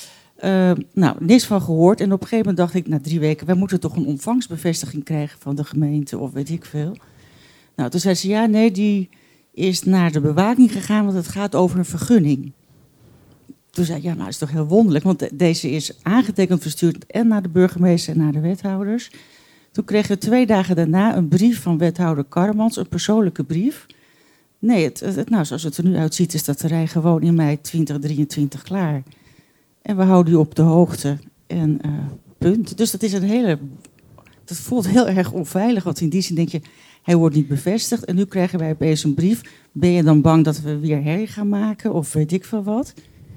S7: Uh, nou, niks van gehoord. En op een gegeven moment dacht ik, na drie weken... wij moeten toch een ontvangstbevestiging krijgen van de gemeente of weet ik veel. Nou, toen zei ze, ja, nee, die is naar de bewaking gegaan... want het gaat over een vergunning. Toen zei ik, ja, nou, dat is toch heel wonderlijk... want de- deze is aangetekend verstuurd... en naar de burgemeester en naar de wethouders. Toen kregen we twee dagen daarna een brief van wethouder Karremans... een persoonlijke brief. Nee, het, het, nou, zoals het er nu uitziet... is dat terrein gewoon in mei twintig drieëntwintig klaar... En we houden u op de hoogte. En uh, punt. Dus dat is een hele. Dat voelt heel erg onveilig. Want in die zin denk je, hij wordt niet bevestigd. En nu krijgen wij opeens een brief. Ben je dan bang dat we weer herrie gaan maken? Of weet ik veel wat?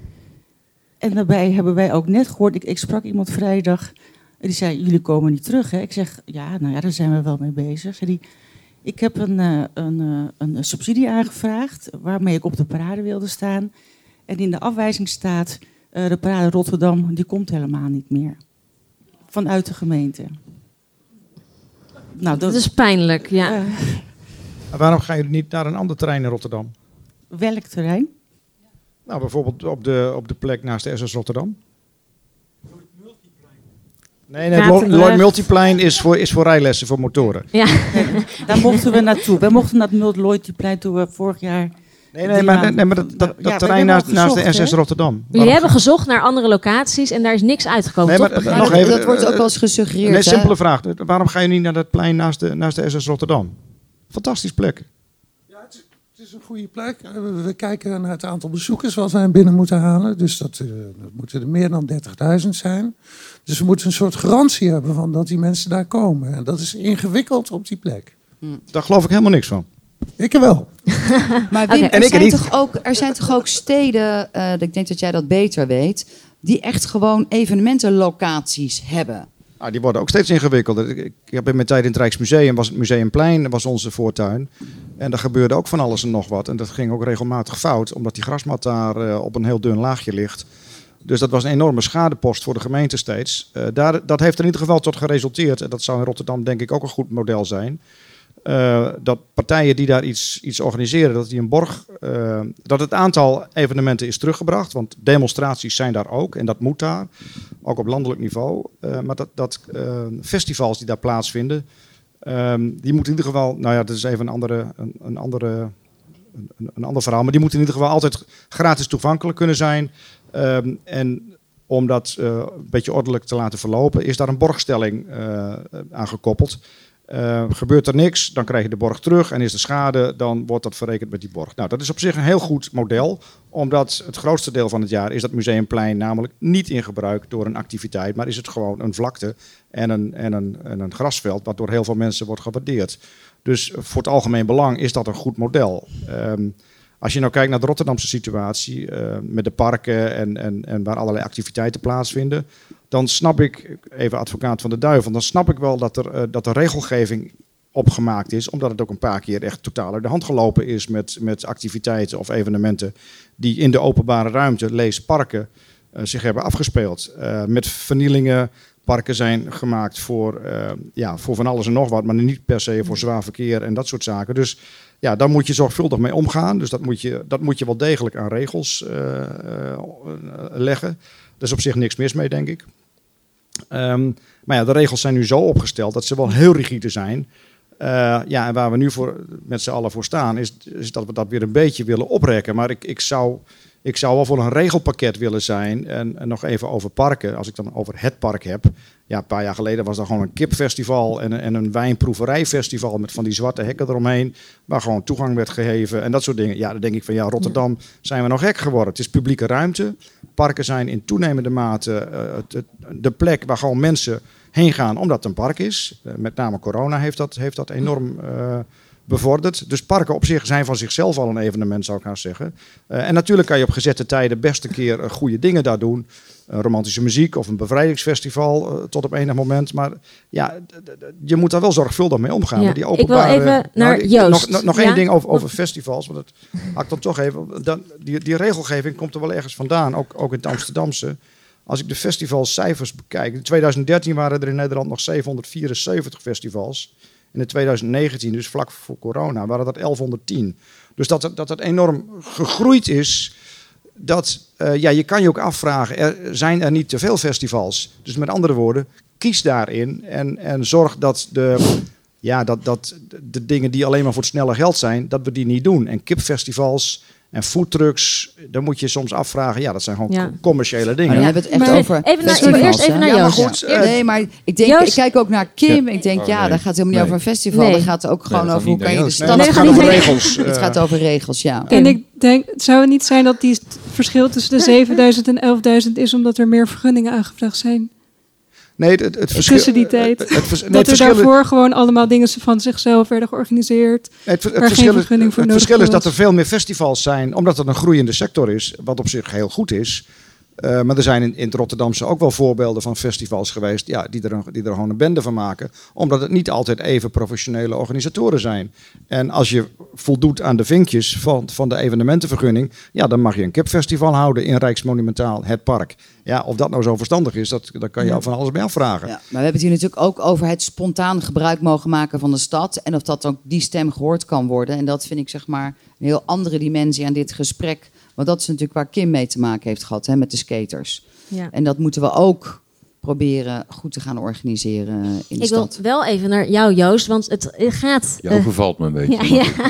S7: En daarbij hebben wij ook net gehoord. Ik, ik sprak iemand vrijdag. En die zei, jullie komen niet terug. Hè? Ik zeg, ja, nou ja, daar zijn we wel mee bezig. Zei die, ik heb een, uh, een, uh, een subsidie aangevraagd. Waarmee ik op de parade wilde staan. En in de afwijzing staat... Uh, de parade Rotterdam, die komt helemaal niet meer. Vanuit de gemeente. Nou, dat
S2: Dat is pijnlijk, ja.
S7: Uh,
S4: Maar waarom gaan jullie niet naar een ander terrein in Rotterdam?
S7: welk terrein?
S4: Nou, bijvoorbeeld op de, op de plek naast de S S Rotterdam. Nee, nee, het Lo-
S2: Katerbrug.
S4: Lloyd Multiplein is voor, is voor rijlessen voor motoren.
S2: ja.
S7: Daar mochten we naartoe. Wij mochten naar het Multiplein toen we vorig jaar...
S4: Nee, nee, maar, nee, maar dat, dat, dat
S7: Ja, we
S4: terrein
S7: hebben
S4: naast,
S7: al
S4: naast de
S7: gezocht,
S4: S S
S7: hè?
S4: Rotterdam.
S2: Jullie
S4: Waarom
S2: hebben
S4: ga-
S2: gezocht naar andere locaties en daar is niks uitgekomen.
S4: Nee,
S2: toch?
S4: maar,
S2: Begrijp
S4: nog
S2: ik?
S6: dat,
S4: even,
S6: dat wordt ook
S4: eh,
S6: wel eens gesuggereerd.
S4: Nee,
S6: hè?
S4: simpele vraag. Waarom ga je niet naar dat plein naast de, naast de S S Rotterdam? Fantastisch plek.
S9: Ja, het, is, het is een goede plek. Uh, We, we kijken naar het aantal bezoekers wat wij binnen moeten halen. Dus dat, uh, dat moeten er meer dan dertigduizend zijn. Dus we moeten een soort garantie hebben van dat die mensen daar komen. En dat is ingewikkeld op die plek.
S4: Daar geloof ik helemaal niks van.
S9: Ik wel.
S6: Maar Wim,
S2: Oké.
S6: er,
S4: En ik
S6: zijn
S4: niet.
S6: toch ook, er zijn toch ook steden, uh, ik denk dat jij dat beter weet... die echt gewoon evenementenlocaties hebben.
S4: Nou, die worden ook steeds ingewikkelder. Ik, ik heb in mijn tijd in het Rijksmuseum, was het Museumplein, was onze voortuin. En daar gebeurde ook van alles en nog wat. En dat ging ook regelmatig fout, omdat die grasmat daar uh, op een heel dun laagje ligt. Dus dat was een enorme schadepost voor de gemeente steeds. Uh, daar, dat heeft er in ieder geval tot geresulteerd. En dat zou in Rotterdam denk ik ook een goed model zijn. Uh, dat partijen die daar iets, iets organiseren, dat die een borg, uh, dat het aantal evenementen is teruggebracht. Want demonstraties zijn daar ook en dat moet daar, ook op landelijk niveau. Uh, maar dat, dat uh, festivals die daar plaatsvinden, um, die moeten in ieder geval, nou ja, dat is even een andere, een, een andere, een, een ander verhaal, maar die moeten in ieder geval altijd gratis toegankelijk kunnen zijn. Um, en om dat uh, een beetje ordelijk te laten verlopen, is daar een borgstelling uh, aan gekoppeld. Uh, gebeurt er niks, dan krijg je de borg terug en is er schade, dan wordt dat verrekend met die borg. Nou, dat is op zich een heel goed model, omdat het grootste deel van het jaar is dat Museumplein namelijk niet in gebruik door een activiteit, maar is het gewoon een vlakte en een, en een, en een grasveld, wat door heel veel mensen wordt gewaardeerd. Dus voor het algemeen belang is dat een goed model. Um, Als je nou kijkt naar de Rotterdamse situatie, uh, met de parken en, en, en waar allerlei activiteiten plaatsvinden, dan snap ik, even advocaat van de duivel, dan snap ik wel dat er, uh, dat er regelgeving opgemaakt is, omdat het ook een paar keer echt totaal uit de hand gelopen is met, met activiteiten of evenementen die in de openbare ruimte, lees parken, uh, zich hebben afgespeeld. Uh, met vernielingen, parken zijn gemaakt voor, uh, ja, voor van alles en nog wat, maar niet per se voor zwaar verkeer en dat soort zaken. Dus ja, daar moet je zorgvuldig mee omgaan. Dus dat moet je, dat moet je wel degelijk aan regels uh, uh, leggen. Er is op zich niks mis mee, denk ik. Um, maar ja, de regels zijn nu zo opgesteld dat ze wel heel rigide zijn. Uh, ja, en waar we nu voor, met z'n allen voor staan, is, is dat we dat weer een beetje willen oprekken. Maar ik, ik, zou, ik zou wel voor een regelpakket willen zijn. En, en nog even over parken, als ik dan over het park heb. Ja, een paar jaar geleden was er gewoon een kipfestival en, en een wijnproeverijfestival met van die zwarte hekken eromheen, waar gewoon toegang werd gegeven en dat soort dingen. Ja, dan denk ik van ja, Rotterdam zijn we nog gek geworden. Het is publieke ruimte. Parken zijn in toenemende mate uh, het, het, de plek waar gewoon mensen heen gaan omdat het een park is. Uh, met name corona heeft dat, heeft dat enorm uh, bevorderd. Dus parken op zich zijn van zichzelf al een evenement, zou ik nou zeggen. Uh, en natuurlijk kan je op gezette tijden best een keer uh, goede dingen daar doen. Uh, romantische muziek of een bevrijdingsfestival uh, tot op enig moment. Maar ja, d- d- je moet daar wel zorgvuldig mee omgaan.
S2: Ja,
S4: met die openbare,
S2: ik wil even naar
S4: nou,
S2: Joost.
S4: Nog, nog, nog
S2: ja?
S4: één ding over, over festivals. Want dat haak ik dan toch even. Dan, die, die regelgeving komt er wel ergens vandaan. Ook, ook in het Amsterdamse. Als ik de festivalcijfers bekijk. In twintig dertien waren er in Nederland nog zevenhonderdvierenzeventig festivals. En in twintig negentien, dus vlak voor corona, waren dat elfhonderdtien. Dus dat dat het enorm gegroeid is. Dat, uh, ja, je kan je ook afvragen, er zijn er niet te veel festivals? Dus met andere woorden, kies daarin en, en zorg dat de, ja, dat, dat de dingen die alleen maar voor het snelle geld zijn, dat we die niet doen. En kipfestivals en foodtrucks, dan moet je soms afvragen, ja, dat zijn gewoon
S2: Ja.
S4: commerciële dingen.
S6: Maar dan hebben we het echt
S2: Maar
S6: over
S2: even naar-
S6: festivals,
S2: eerst even
S6: hè?
S2: naar
S4: Ja, maar
S2: Joost.
S4: goed, uh,
S6: Nee, maar ik, denk,
S2: Joost.
S6: ik kijk ook naar Kim.
S5: Ja.
S6: Ik denk,
S5: Oh,
S6: ja,
S5: nee.
S6: dat gaat helemaal niet
S5: Nee.
S6: over een festival.
S2: Nee.
S6: Dat gaat ook gewoon
S5: dat gaat
S6: over hoe
S5: niet
S6: kan je de
S5: naar
S6: stad...
S4: Nee,
S2: Nee,
S4: het
S2: dat
S4: gaat
S2: gaat
S4: over
S2: niet-
S4: regels.
S6: Het
S4: uh,
S6: gaat over regels, ja.
S3: En ik denk, zou het niet zijn dat die het verschil tussen de zevenduizend en elfduizend is omdat er meer vergunningen aangevraagd zijn?
S4: Nee, het, het, het verschil,
S3: Tussen die tijd.
S4: Het, het, vers- nee,
S3: Dat
S4: het
S3: er
S4: verschil,
S3: daarvoor gewoon allemaal dingen van zichzelf werden georganiseerd.
S4: het, het,
S3: waar geen
S4: verschil, is,
S3: vergunning voor
S4: het
S3: nodig
S4: verschil is dat
S3: was.
S4: er veel meer festivals zijn, omdat het een groeiende sector is, wat op zich heel goed is. Uh, maar er zijn in, in het Rotterdamse ook wel voorbeelden van festivals geweest, ja, die, er een, die er gewoon een bende van maken. Omdat het niet altijd even professionele organisatoren zijn. En als je voldoet aan de vinkjes van, van de evenementenvergunning, ja, dan mag je een kipfestival houden in Rijksmonumentaal, het park. Ja, of dat nou zo verstandig is, dat, daar kan je al van alles bij afvragen.
S6: Ja, maar we hebben het hier natuurlijk ook over het spontaan gebruik mogen maken van de stad. En of dat ook die stem gehoord kan worden. En dat vind ik zeg maar een heel andere dimensie aan dit gesprek. Want dat is natuurlijk waar Kim mee te maken heeft gehad, hè, met de skaters.
S2: Ja.
S6: En dat moeten we ook proberen goed te gaan organiseren in de
S2: Ik wil
S6: stad.
S2: wel even naar jou, Joost, want het gaat...
S5: Je
S2: eh,
S5: overvalt me een beetje.
S2: ja, ja.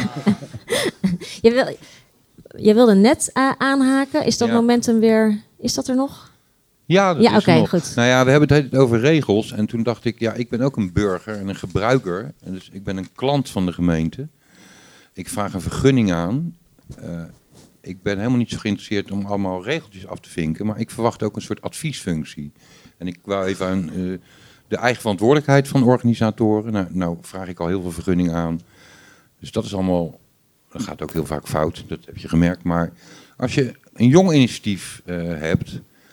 S2: je, wil, je wilde net uh, aanhaken. Is dat
S5: Ja.
S2: momentum weer... Is dat er nog?
S5: Ja, dat
S2: Ja,
S5: is
S2: oké,
S5: er nog.
S2: goed.
S5: Nou ja, we hebben het hele tijd over regels. En toen dacht ik, ja, ik ben ook een burger en een gebruiker. En dus ik ben een klant van de gemeente. Ik vraag een vergunning aan. Uh, ik ben helemaal niet zo geïnteresseerd om allemaal regeltjes af te vinken. Maar ik verwacht ook een soort adviesfunctie. En ik wou even aan uh, de eigen verantwoordelijkheid van organisatoren. Nou, nou vraag ik al heel veel vergunningen aan. Dus dat is allemaal... Dat gaat ook heel vaak fout, dat heb je gemerkt. Maar als je een jong initiatief uh, hebt...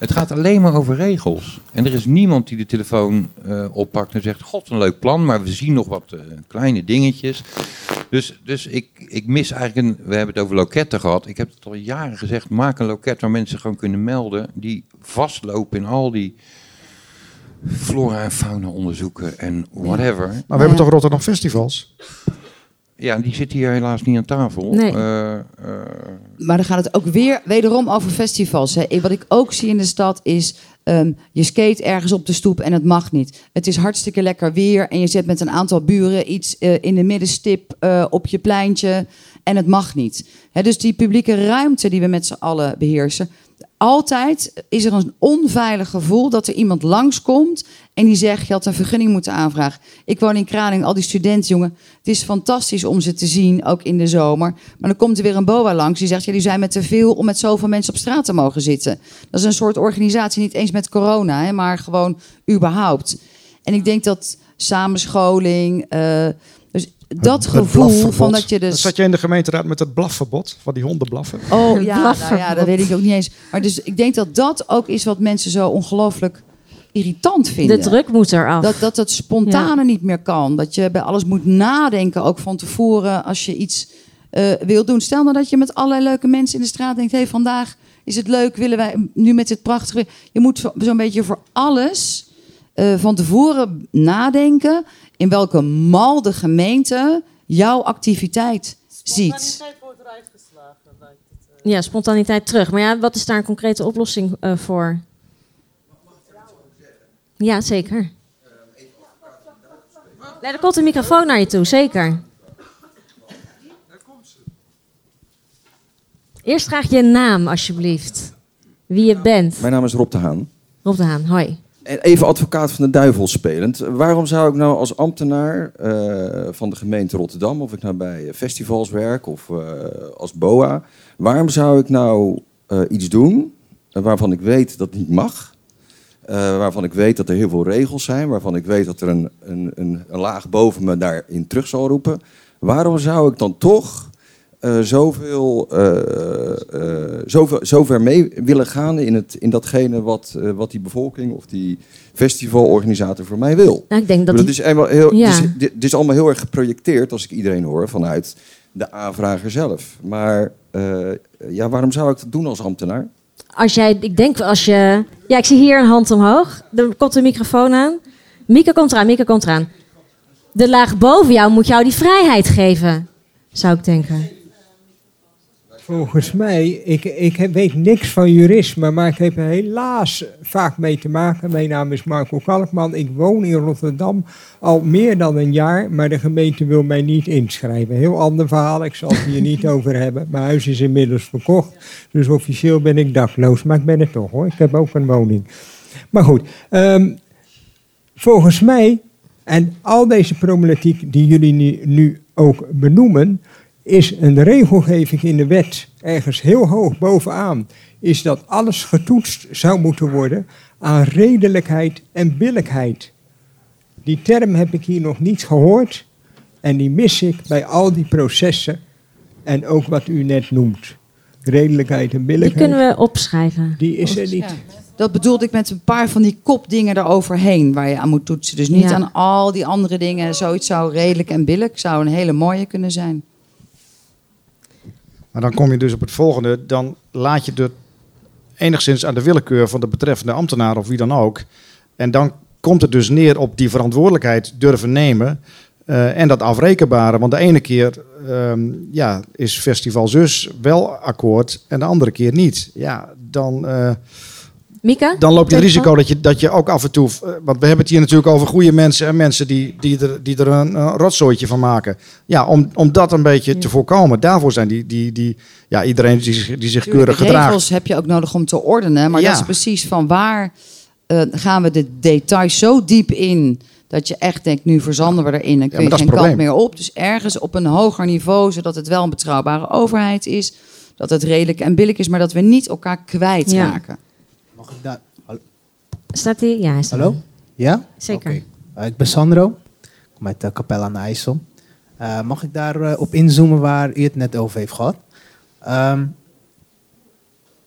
S5: Het gaat alleen maar over regels. En er is niemand die de telefoon uh, oppakt en zegt... God, een leuk plan, maar we zien nog wat uh, kleine dingetjes. Dus, dus ik, ik mis eigenlijk... Een, we hebben het over loketten gehad. Ik heb het al jaren gezegd. Maak een loket waar mensen gewoon kunnen melden... die vastlopen in al die flora en fauna onderzoeken en whatever.
S4: Maar we hebben toch Rotterdam Festivals?
S5: Ja, die zit hier helaas niet aan tafel.
S2: Nee.
S5: Uh, uh,
S6: Maar dan gaat het ook weer wederom over festivals. Hè. Wat ik ook zie in de stad is... Um, je skate ergens op de stoep en het mag niet. Het is hartstikke lekker weer en je zet met een aantal buren iets uh, in de middenstip uh, op je pleintje en het mag niet. Hè, dus die publieke ruimte die we met z'n allen beheersen... Altijd is er een onveilig gevoel dat er iemand langskomt en die zegt, je had een vergunning moeten aanvragen. Ik woon in Kralingen, al die studenten, jongen. Het is fantastisch om ze te zien, ook in de zomer. Maar dan komt er weer een boa langs die zegt, jullie zijn met te veel om met zoveel mensen op straat te mogen zitten. Dat is een soort organisatie, niet eens met corona, hè, maar gewoon überhaupt. En ik denk dat samenscholing... Uh, dus dat
S4: Het- het
S6: gevoel
S4: blafverbod.
S6: van dat je dus...
S4: Dan zat je in de gemeenteraad met het blafverbod van die honden blaffen.
S6: Oh
S2: Een
S6: ja, nou
S2: blafverbod.
S6: ja, dat weet ik ook niet eens. Maar dus ik denk dat dat ook is wat mensen zo ongelooflijk irritant vinden.
S2: De druk moet eraf.
S6: Dat, dat het spontane niet meer kan. Dat je bij alles moet nadenken, ook van tevoren, als je iets uh, wil doen. Stel nou dat je met allerlei leuke mensen in de straat denkt... Hey, vandaag is het leuk, willen wij nu met dit prachtige... Je moet zo- zo'n beetje voor alles uh, van tevoren nadenken... in welke mal de gemeente jouw activiteit ziet.
S2: Ja, spontaniteit terug. Maar ja, wat is daar een concrete oplossing uh, voor? Ja, zeker. Nee, er komt een microfoon naar je toe, zeker. Eerst vraag je naam, alsjeblieft. Wie je bent.
S10: Mijn naam is Rob de Haan.
S2: Rob de Haan, hoi.
S10: En even advocaat van de duivel spelend. Waarom zou ik nou als ambtenaar uh, van de gemeente Rotterdam... of ik nou bij festivals werk of uh, als B O A... waarom zou ik nou uh, iets doen uh, waarvan ik weet dat het niet mag... Uh, waarvan ik weet dat er heel veel regels zijn... waarvan ik weet dat er een, een, een, een laag boven me daarin terug zal roepen... waarom zou ik dan toch... Uh, zoveel, uh, uh, zoveel, zover mee willen gaan in, het, in datgene wat, uh, wat die bevolking of die festivalorganisator voor mij wil.
S2: Nou, ik denk dat
S10: Het
S2: die...
S10: is, eenmaal heel,
S2: Ja.
S10: het is, dit, dit is allemaal heel erg geprojecteerd, als ik iedereen hoor, vanuit de aanvrager zelf. Maar uh, ja, waarom zou ik dat doen als ambtenaar?
S2: Als jij, ik denk als je... Ja, ik zie hier een hand omhoog. Er komt een microfoon aan. Mieke komt eraan, Mieke komt eraan. De laag boven jou moet jou die vrijheid geven, zou ik denken.
S11: Volgens mij, ik, ik heb- weet niks van jurisme, maar ik heb er helaas vaak mee te maken. Mijn naam is Marco Kalkman. Ik woon in Rotterdam al meer dan een jaar, maar de gemeente wil mij niet inschrijven. Heel ander verhaal, ik zal het hier niet over hebben. Mijn huis is inmiddels verkocht, dus officieel ben ik dakloos. Maar ik ben er toch hoor, ik heb ook een woning. Maar goed, um, volgens mij, en al deze problematiek die jullie nu, nu ook benoemen... is een regelgeving in de wet ergens heel hoog bovenaan... is dat alles getoetst zou moeten worden aan redelijkheid en billijkheid. Die term heb ik hier nog niet gehoord... en die mis ik bij al die processen en ook wat u net noemt. Redelijkheid en
S2: Die
S11: billijkheid,
S2: kunnen we opschrijven.
S11: die is er niet.
S6: Ja. Dat bedoelde ik met een paar van die kopdingen eroverheen waar je aan moet toetsen. Dus niet
S2: Ja.
S6: aan al die andere dingen. Zoiets zou redelijk en billig, zou een hele mooie kunnen zijn.
S4: Maar dan kom je dus op het volgende. Dan laat je het enigszins aan de willekeur van de betreffende ambtenaar of wie dan ook. En dan komt het dus neer op die verantwoordelijkheid durven nemen. uh, en dat afrekenbare. Want de ene keer um, ja, is Festival Zus wel akkoord en de andere keer niet. Ja, dan... Uh,
S2: Mika?
S4: Dan loop je het risico dat je, dat je ook af en toe... uh, Want we hebben het hier natuurlijk over goede mensen... en mensen die, die er, die er een, een rotzooitje van maken. Ja, om, om dat een beetje te voorkomen. Daarvoor zijn die... die, die ja, iedereen die zich, die zich keurig
S6: De
S4: gedraagt.
S6: regels heb je ook nodig om te ordenen. Maar
S4: Ja.
S6: dat is precies van waar uh, gaan we de details zo diep in... dat je echt denkt, nu verzanden we erin... en kun
S4: maar
S6: je
S4: dat is
S6: geen
S4: het
S6: kant
S4: probleem.
S6: meer op. Dus ergens op een hoger niveau... zodat het wel een betrouwbare overheid is... dat het redelijk en billig is... maar dat we niet elkaar kwijtraken.
S12: Mag ik daar...
S2: Staat hij? Ja, hij staat
S12: Hallo?
S2: er.
S12: Ja?
S2: Zeker.
S12: Oké. Uh, ik ben Sandro. Ik kom uit uh, Capelle aan de IJssel. Uh, mag ik daar uh, op inzoomen waar u het net over heeft gehad? Um,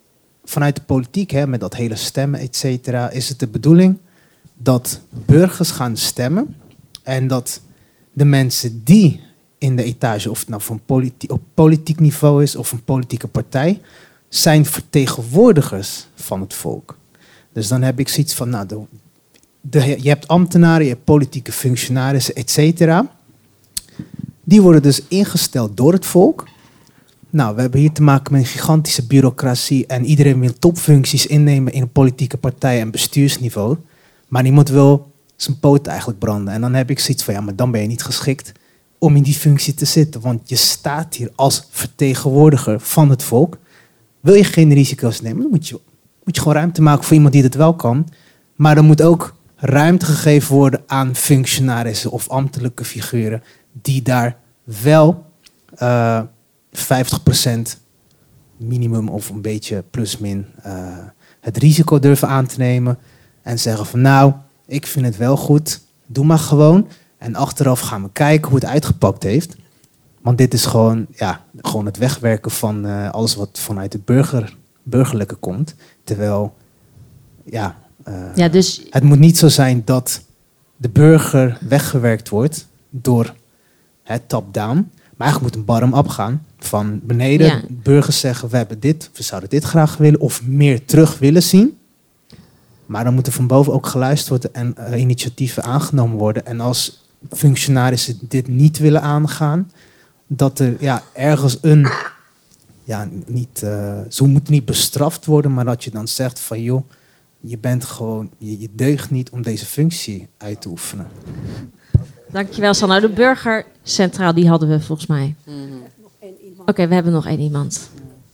S12: vanuit de politiek, hè, met dat hele stemmen, et cetera, is het de bedoeling dat burgers gaan stemmen en dat de mensen die in de etage, of het nou van politi- op politiek niveau is of een politieke partij, zijn vertegenwoordigers van het volk. Dus dan heb ik zoiets van, nou, de, de, je hebt ambtenaren, je hebt politieke functionarissen, et cetera. Die worden dus ingesteld door het volk. Nou, we hebben hier te maken met een gigantische bureaucratie en iedereen wil topfuncties innemen in een politieke partij en bestuursniveau. Maar niemand wil zijn poot eigenlijk branden. En dan heb ik zoiets van, ja, maar dan ben je niet geschikt om in die functie te zitten. Want je staat hier als vertegenwoordiger van het volk. Wil je geen risico's nemen, dan moet je, moet je gewoon ruimte maken voor iemand die dat wel kan. Maar er moet ook ruimte gegeven worden aan functionarissen of ambtelijke figuren die daar wel uh, vijftig procent minimum of een beetje plus-min uh, het risico durven aan te nemen. En zeggen van, nou, ik vind het wel goed, doe maar gewoon. En achteraf gaan we kijken hoe het uitgepakt heeft. Want dit is gewoon, ja, gewoon het wegwerken van uh, alles wat vanuit het burger, burgerlijke komt. Terwijl, ja, uh,
S2: ja dus...
S12: het moet niet zo zijn dat de burger weggewerkt wordt door het top-down. Maar eigenlijk moet een bottom-up gaan. Van beneden, ja. Burgers zeggen, we hebben dit, we zouden dit graag willen of meer terug willen zien. Maar dan moet er van boven ook geluisterd worden en uh, initiatieven aangenomen worden. En als functionarissen dit niet willen aangaan, dat er ja, ergens een, ja, niet, uh, ze moeten niet bestraft worden, maar dat je dan zegt van, joh, je bent gewoon, je, je deugt niet om deze functie uit te oefenen.
S2: Dankjewel, Sanne. De burger centraal, die hadden we volgens mij. Mm-hmm. Oké, okay, we hebben nog één iemand.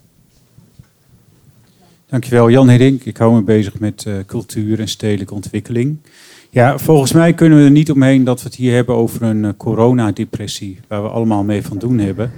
S13: Dankjewel, Jan Hiddink. Ik hou me bezig met uh, cultuur en stedelijke ontwikkeling. Ja, volgens mij kunnen we er niet omheen dat we het hier hebben over een uh, coronadepressie, waar we allemaal mee van doen hebben.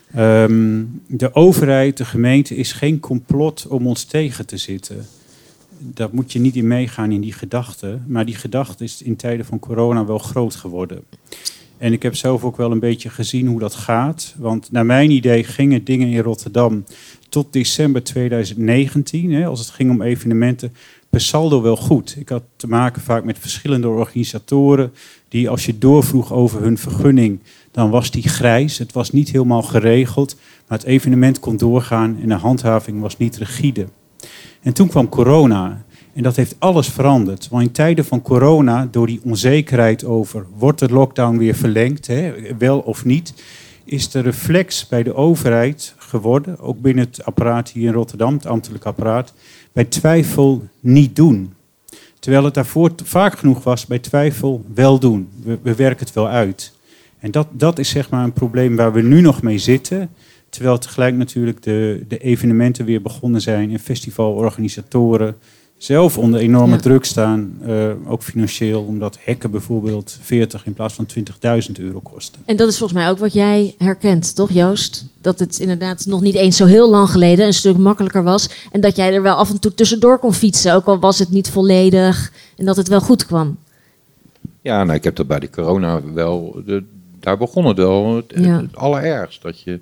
S13: Um, de overheid, de gemeente, is geen complot om ons tegen te zitten. Daar moet je niet in meegaan in die gedachte. Maar die gedachte is in tijden van corona wel groot geworden. En ik heb zelf ook wel een beetje gezien hoe dat gaat. Want naar mijn idee gingen dingen in Rotterdam tot december tweeduizend negentien, hè, als het ging om evenementen, per saldo wel goed. Ik had te maken vaak met verschillende organisatoren die, als je doorvroeg over hun vergunning, dan was die grijs. Het was niet helemaal geregeld, maar het evenement kon doorgaan en de handhaving was niet rigide. En toen kwam corona en dat heeft alles veranderd. Want in tijden van corona, door die onzekerheid over wordt de lockdown weer verlengd, hè, wel of niet, is de reflex bij de overheid geworden, ook binnen het apparaat hier in Rotterdam, het ambtelijk apparaat, bij twijfel niet doen. Terwijl het daarvoor vaak genoeg was bij twijfel wel doen. We, we werken het wel uit. En dat, dat is zeg maar een probleem waar we nu nog mee zitten. Terwijl tegelijk natuurlijk de, de evenementen weer begonnen zijn en festivalorganisatoren zelf onder enorme ja. druk staan, uh, ook financieel, omdat hekken bijvoorbeeld veertig in plaats van twintigduizend euro kosten.
S2: En dat is volgens mij ook wat jij herkent, toch Joost? Dat het inderdaad nog niet eens zo heel lang geleden een stuk makkelijker was en dat jij er wel af en toe tussendoor kon fietsen, ook al was het niet volledig en dat het wel goed kwam.
S5: Ja, nou, ik heb dat bij de corona wel, de, daar begon het wel het, ja. het allerergst, dat je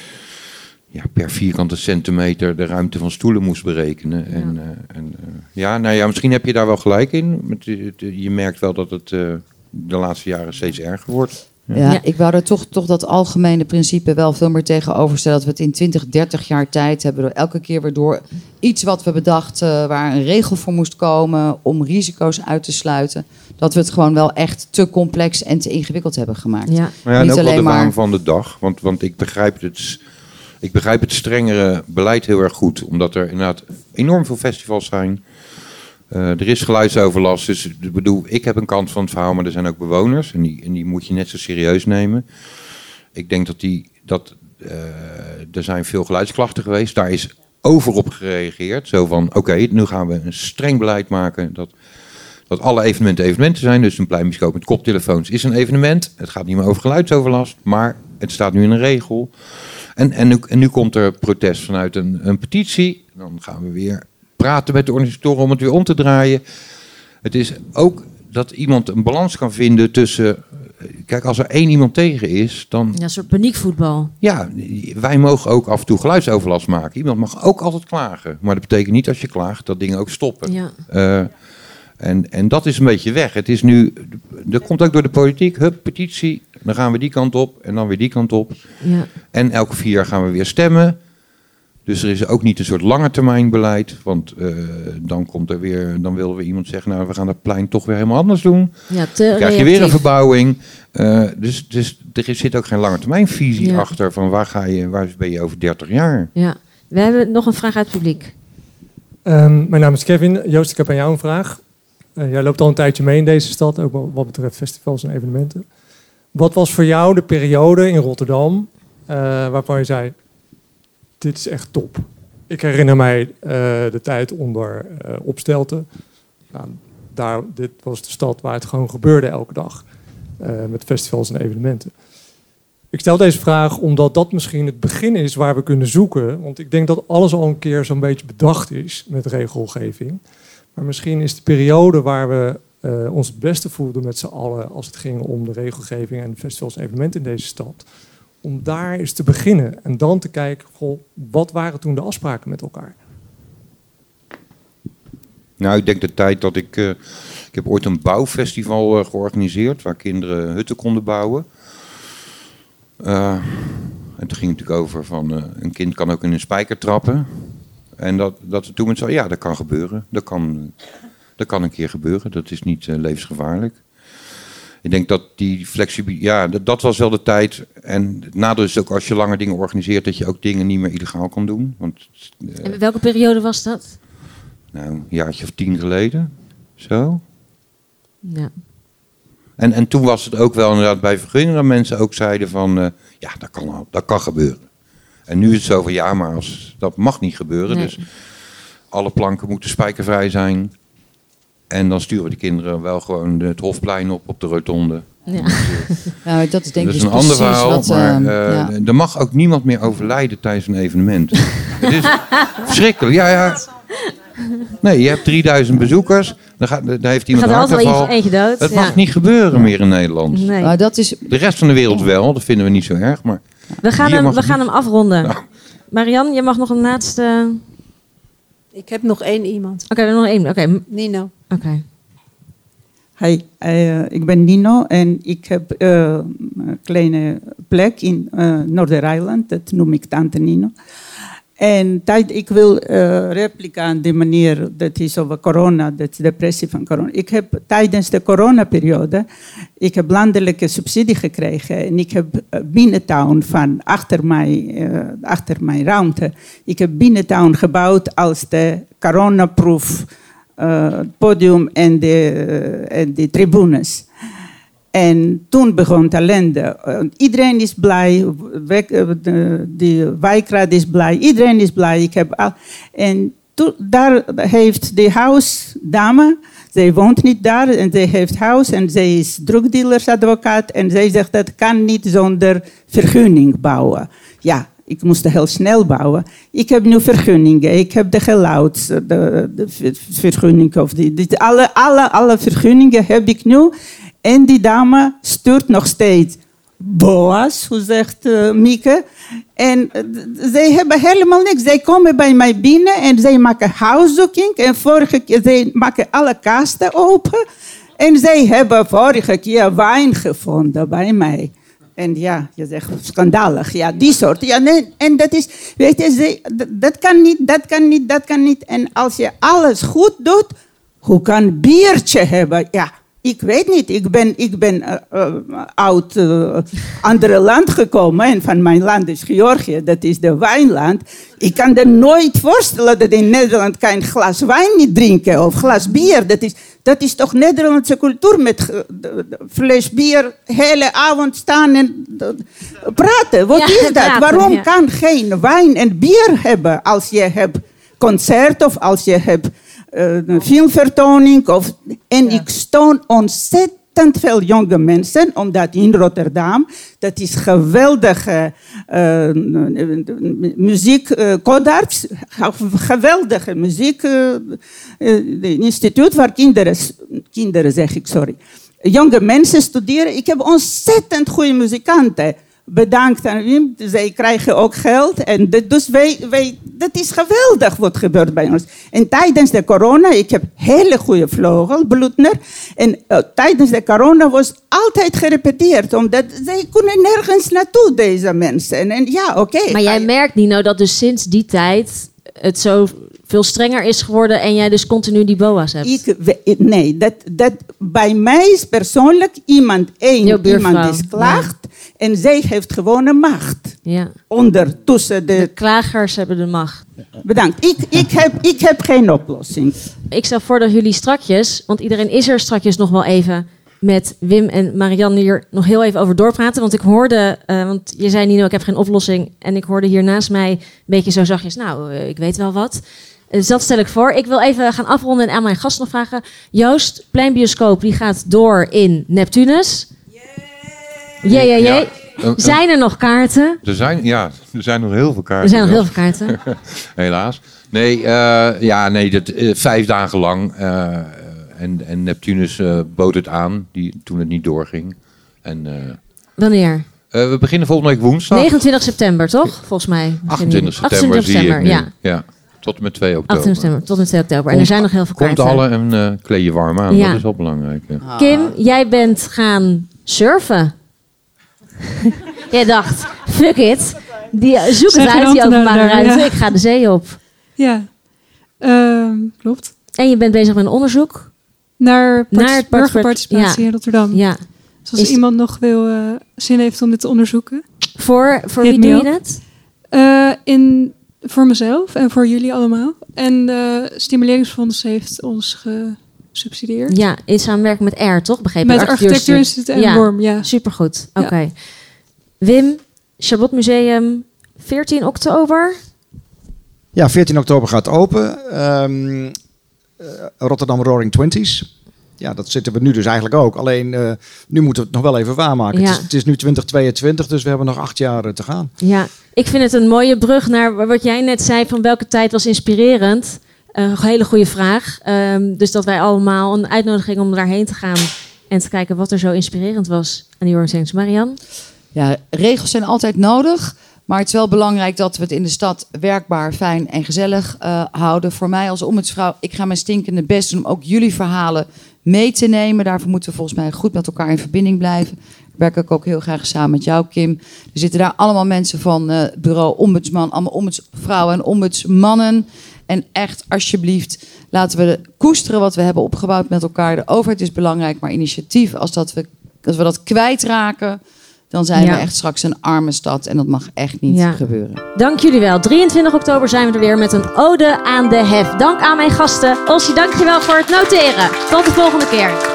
S5: ja, per vierkante centimeter de ruimte van stoelen moest berekenen. Ja. En, uh, en, uh, ja, nou ja, misschien heb je daar wel gelijk in. Met, uh, je merkt wel dat het uh, de laatste jaren steeds erger wordt. Ja,
S6: ja ik wou er toch, toch dat algemene principe wel veel meer tegenover stellen. Dat we het in twintig, dertig jaar tijd hebben. Door elke keer weer door iets wat we bedachten, uh, waar een regel voor moest komen om risico's uit te sluiten. Dat we het gewoon wel echt te complex en te ingewikkeld hebben gemaakt. Ja,
S5: maar ja, en ook wel de waan van de dag. Want, want ik begrijp het... Ik begrijp het strengere beleid heel erg goed, omdat er inderdaad enorm veel festivals zijn. Uh, er is geluidsoverlast, dus ik bedoel, ik heb een kant van het verhaal, maar er zijn ook bewoners en die, en die moet je net zo serieus nemen. Ik denk dat die, dat uh, er zijn veel geluidsklachten geweest, daar is over op gereageerd. Zo van, oké, okay, nu gaan we een streng beleid maken dat, dat alle evenementen evenementen zijn. Dus een plein met koptelefoons is een evenement. Het gaat niet meer over geluidsoverlast, maar het staat nu in een regel. En, en, nu, en nu komt er protest vanuit een, een petitie. Dan gaan we weer praten met de organisatoren om het weer om te draaien. Het is ook dat iemand een balans kan vinden tussen kijk, als er één iemand tegen is, dan...
S2: Ja, een soort paniekvoetbal.
S5: Ja, wij mogen ook af en toe geluidsoverlast maken. Iemand mag ook altijd klagen. Maar dat betekent niet als je klaagt dat dingen ook stoppen.
S2: Ja.
S5: Uh, en, en dat is een beetje weg. Het is nu, er komt ook door de politiek, hup, petitie. Dan gaan we die kant op en dan weer die kant op.
S2: Ja.
S5: En elke vier jaar gaan we weer stemmen. Dus er is ook niet een soort langetermijnbeleid. Want uh, dan komt er weer, dan willen we iemand zeggen, nou, we gaan het plein toch weer helemaal anders doen.
S2: Ja, te
S5: dan krijg je
S2: reactief.
S5: weer een verbouwing. Uh, dus, dus er zit ook geen langetermijnvisie
S2: Ja.
S5: achter van waar, ga je, waar ben je over dertig jaar.
S2: Ja. We hebben nog een vraag uit het publiek.
S14: Um, mijn naam is Kevin. Joost, ik heb aan jou een vraag. Uh, jij loopt al een tijdje mee in deze stad, ook wat betreft festivals en evenementen. Wat was voor jou de periode in Rotterdam uh, waarvan je zei, dit is echt top? Ik herinner mij uh, de tijd onder uh, Opstelten. Nou, daar, dit was de stad waar het gewoon gebeurde elke dag. Uh, met festivals en evenementen. Ik stel deze vraag omdat dat misschien het begin is waar we kunnen zoeken. Want ik denk dat alles al een keer zo'n beetje bedacht is met regelgeving. Maar misschien is de periode waar we uh, ons het beste voelden met z'n allen als het ging om de regelgeving en festivals en evenementen in deze stad. Om daar eens te beginnen en dan te kijken, goh, wat waren toen de afspraken met elkaar?
S5: Nou, ik denk de tijd dat ik... Uh, ik heb ooit een bouwfestival uh, georganiseerd waar kinderen hutten konden bouwen. Uh, en toen ging het natuurlijk over van uh, een kind kan ook in een spijker trappen. En dat, dat we toen met z'n ja, dat kan gebeuren. Dat kan, dat kan een keer gebeuren. Dat is niet uh, levensgevaarlijk. Ik denk dat die flexibiliteit, ja, dat, dat was wel de tijd. En het nadeel is ook als je langer dingen organiseert, dat je ook dingen niet meer illegaal kan doen. Want, uh,
S2: En welke periode was dat?
S5: Nou, een jaartje of tien geleden. Zo.
S2: Ja.
S5: En, en toen was het ook wel inderdaad bij vergunningen dat mensen ook zeiden van, uh, ja, dat kan, dat kan gebeuren. En nu is het zo van, ja, maar als, dat mag niet gebeuren.
S2: Nee.
S5: Dus alle planken moeten spijkervrij zijn. En dan sturen we de kinderen wel gewoon het Hofplein op, op de rotonde.
S2: Ja.
S6: Nou, dat is denk ik
S5: dat is een
S6: precies
S5: ander verhaal,
S6: wat,
S5: maar
S6: uh,
S5: uh,
S6: ja.
S5: er mag ook niemand meer overlijden tijdens een evenement. Het is verschrikkelijk, ja, ja. Nee, je hebt drieduizend bezoekers, dan, gaat, dan heeft iemand
S2: Er
S5: een
S2: gaat er altijd
S5: hartaanval.
S2: wel eentje dood,
S5: Het
S2: ja.
S5: mag niet gebeuren meer in Nederland.
S2: Nee.
S6: Maar dat is...
S5: De rest van de wereld wel, dat vinden we niet zo erg. Maar
S2: We gaan,
S5: hier
S2: hem,
S5: mag
S2: we
S5: het
S2: gaan
S5: niet.
S2: hem afronden.
S5: Nou.
S2: Marianne, je mag nog een laatste...
S1: Ik heb nog één iemand.
S2: Oké, okay, nog één. Oké. Okay.
S1: Nino.
S2: Oké. Okay.
S15: Hi, uh, ik ben Nino en ik heb uh, een kleine plek in uh, Noorder-Eiland. Dat noem ik Tante Nino. En tijd, ik wil uh, replica aan de manier, dat is over corona, dat is depressie van corona. Ik heb tijdens de coronaperiode, ik heb landelijke subsidie gekregen. En ik heb binnentuin van achter mijn, uh, achter mijn ruimte. Ik heb binnentuin gebouwd als de coronaproof uh, podium en de, uh, en de tribunes. En toen begon het ellende. Uh, iedereen is blij, de, de wijkraad is blij, iedereen is blij. Ik heb al, en toen, daar heeft de huisdame, zij woont niet daar en zij heeft huis en zij is drugdealersadvocaat en zij zegt dat kan niet zonder vergunning bouwen. Ja, ik moest heel snel bouwen. Ik heb nu vergunningen, ik heb de geluid, de, de vergunning of die, die, alle, alle, alle vergunningen heb ik nu. En die dame stuurt nog steeds boa's, hoe zegt uh, Mieke. En uh, zij hebben helemaal niks. Zij komen bij mij binnen en zij maken huiszoeking. En vorige keer, zij maken alle kasten open. En zij hebben vorige keer wijn gevonden bij mij. En ja, je zegt schandalig. Ja, die soort. Ja, nee, en dat is, weet je, zij, dat, dat kan niet, dat kan niet, dat kan niet. En als je alles goed doet, hoe kan een biertje hebben? Ja. Ik weet niet, ik ben, ik ben uh, uh, uit uh, andere land gekomen en van mijn land is Georgië, dat is de wijnland. Ik kan er nooit voorstellen dat in Nederland kan een glas wijn niet drinken of glas bier. Dat is, dat is toch Nederlandse cultuur met uh, de, de fles bier de hele avond staan en uh, praten. Wat ja, is dat? Praten, Waarom ja. kan geen wijn en bier hebben als je hebt concert of als je hebt Uh, een filmvertoning. Of, en ja. ik steun ontzettend veel jonge mensen, omdat in Rotterdam, dat is geweldige uh, muziek, uh, Codarts, geweldige muziek, uh, uh, instituut waar kinderen, kinderen zeg ik, sorry. jonge mensen studeren. Ik heb ontzettend goede muzikanten. Bedankt aan Wim. Zij krijgen ook geld. En dit, dus wij, wij, dat is geweldig wat gebeurt bij ons. En tijdens de corona, ik heb hele goede vleugel, Bloedner. En uh, tijdens de corona was altijd gerepeteerd. Omdat zij kunnen nergens naartoe, deze mensen. En, en ja, oké. Okay.
S2: Maar jij merkt, Nino, dat dus sinds die tijd het zo veel strenger is geworden en jij dus continu die boa's hebt.
S15: Ik, nee, dat, dat bij mij is persoonlijk iemand, één iemand is klaagt ja. en zij heeft gewoon een macht.
S2: Ja.
S15: Onder, tussen de...
S2: de klagers hebben de macht.
S15: Bedankt. Ik, ik, heb, ik heb geen oplossing.
S2: Ik stel voor dat jullie strakjes, want iedereen is er strakjes nog wel even met Wim en Marianne hier nog heel even over doorpraten. Want ik hoorde, uh, want je zei Nino, ik heb geen oplossing. En ik hoorde hier naast mij een beetje zo zachtjes, nou, uh, ik weet wel wat. Dus dat stel ik voor. Ik wil even gaan afronden en aan mijn gast nog vragen. Joost, Pleinbioscoop, die gaat door in Neptunus. Jee, jee, jee. Zijn er nog kaarten?
S5: Er zijn, ja, er zijn nog heel veel kaarten.
S2: Er zijn nog heel veel kaarten.
S5: Helaas. Nee, uh, ja, nee dat, uh, vijf dagen lang. Uh, en, en Neptunus uh, bood het aan, die, toen het niet doorging. En, uh,
S2: Wanneer?
S5: Uh, we beginnen volgende week woensdag.
S2: negenentwintig september, toch? Volgens mij.
S5: achtentwintig september,
S2: achtentwintig september
S5: zie ik nu.
S2: ja.
S5: ja. Tot en met twee oktober.
S2: achtentwintig september, tot en met twee oktober. En er zijn nog heel veel kaarten.
S5: Komt alle en uh, kleed je warm aan.
S2: Ja.
S5: Dat is wel belangrijk. Ja.
S2: Ah. Kim, jij bent gaan surfen. Jij dacht, fuck it. Die, zoek
S3: Zeg
S2: het uit, die openbare ruimte.
S3: Ja.
S2: Ik ga de zee op.
S3: Ja, uh, klopt.
S2: En je bent bezig met een onderzoek?
S3: Naar, part-
S2: Naar het
S3: burgerparticipatie
S2: ja.
S3: in Rotterdam.
S2: Ja.
S3: Dus als
S2: Is
S3: iemand nog wil, uh, zin heeft om dit te onderzoeken.
S2: Voor, voor wie doe je dat?
S3: Uh, in, voor mezelf en voor jullie allemaal. En de Stimuleringsfonds heeft ons gesubsidieerd.
S2: Ja, in samenwerking met R, toch? Begrepen?
S3: Met het Architectuurinstituut en
S2: ja.
S3: Worm, ja.
S2: Supergoed, oké. Okay.
S3: Ja.
S2: Wim, Chabot Museum, veertien oktober?
S4: Ja, veertien oktober gaat open. Um, uh, Rotterdam Roaring Twenties. Ja, dat zitten we nu dus eigenlijk ook. Alleen, uh, nu moeten we het nog wel even waarmaken.
S2: Ja.
S4: Het, is, het is nu twintig tweeëntwintig, dus we hebben nog acht jaar uh, te gaan.
S2: Ja, ik vind het een mooie brug naar wat jij net zei van welke tijd was inspirerend. Uh, een hele goede vraag. Um, dus dat wij allemaal een uitnodiging om daarheen te gaan en te kijken wat er zo inspirerend was aan die Roaring Twenties. Marianne?
S6: Ja, regels zijn altijd nodig. Maar het is wel belangrijk dat we het in de stad werkbaar, fijn en gezellig uh, houden. Voor mij als ombudsvrouw, ik ga mijn stinkende best doen om ook jullie verhalen mee te nemen. Daarvoor moeten we volgens mij goed met elkaar in verbinding blijven. Werk ik ook heel graag samen met jou, Kim. Er zitten daar allemaal mensen van uh, bureau ombudsman, allemaal ombudsvrouwen en ombudsmannen. En echt, alsjeblieft, laten we koesteren wat we hebben opgebouwd met elkaar. De overheid is belangrijk, maar initiatief, als, dat we, als we dat kwijtraken, dan zijn
S2: ja.
S6: we echt straks een arme stad. En dat mag echt niet
S2: ja.
S6: gebeuren.
S2: Dank jullie wel. drieëntwintig oktober zijn we er weer met een ode aan de hef. Dank aan mijn gasten. Ossie, dank je wel voor het noteren. Tot de volgende keer.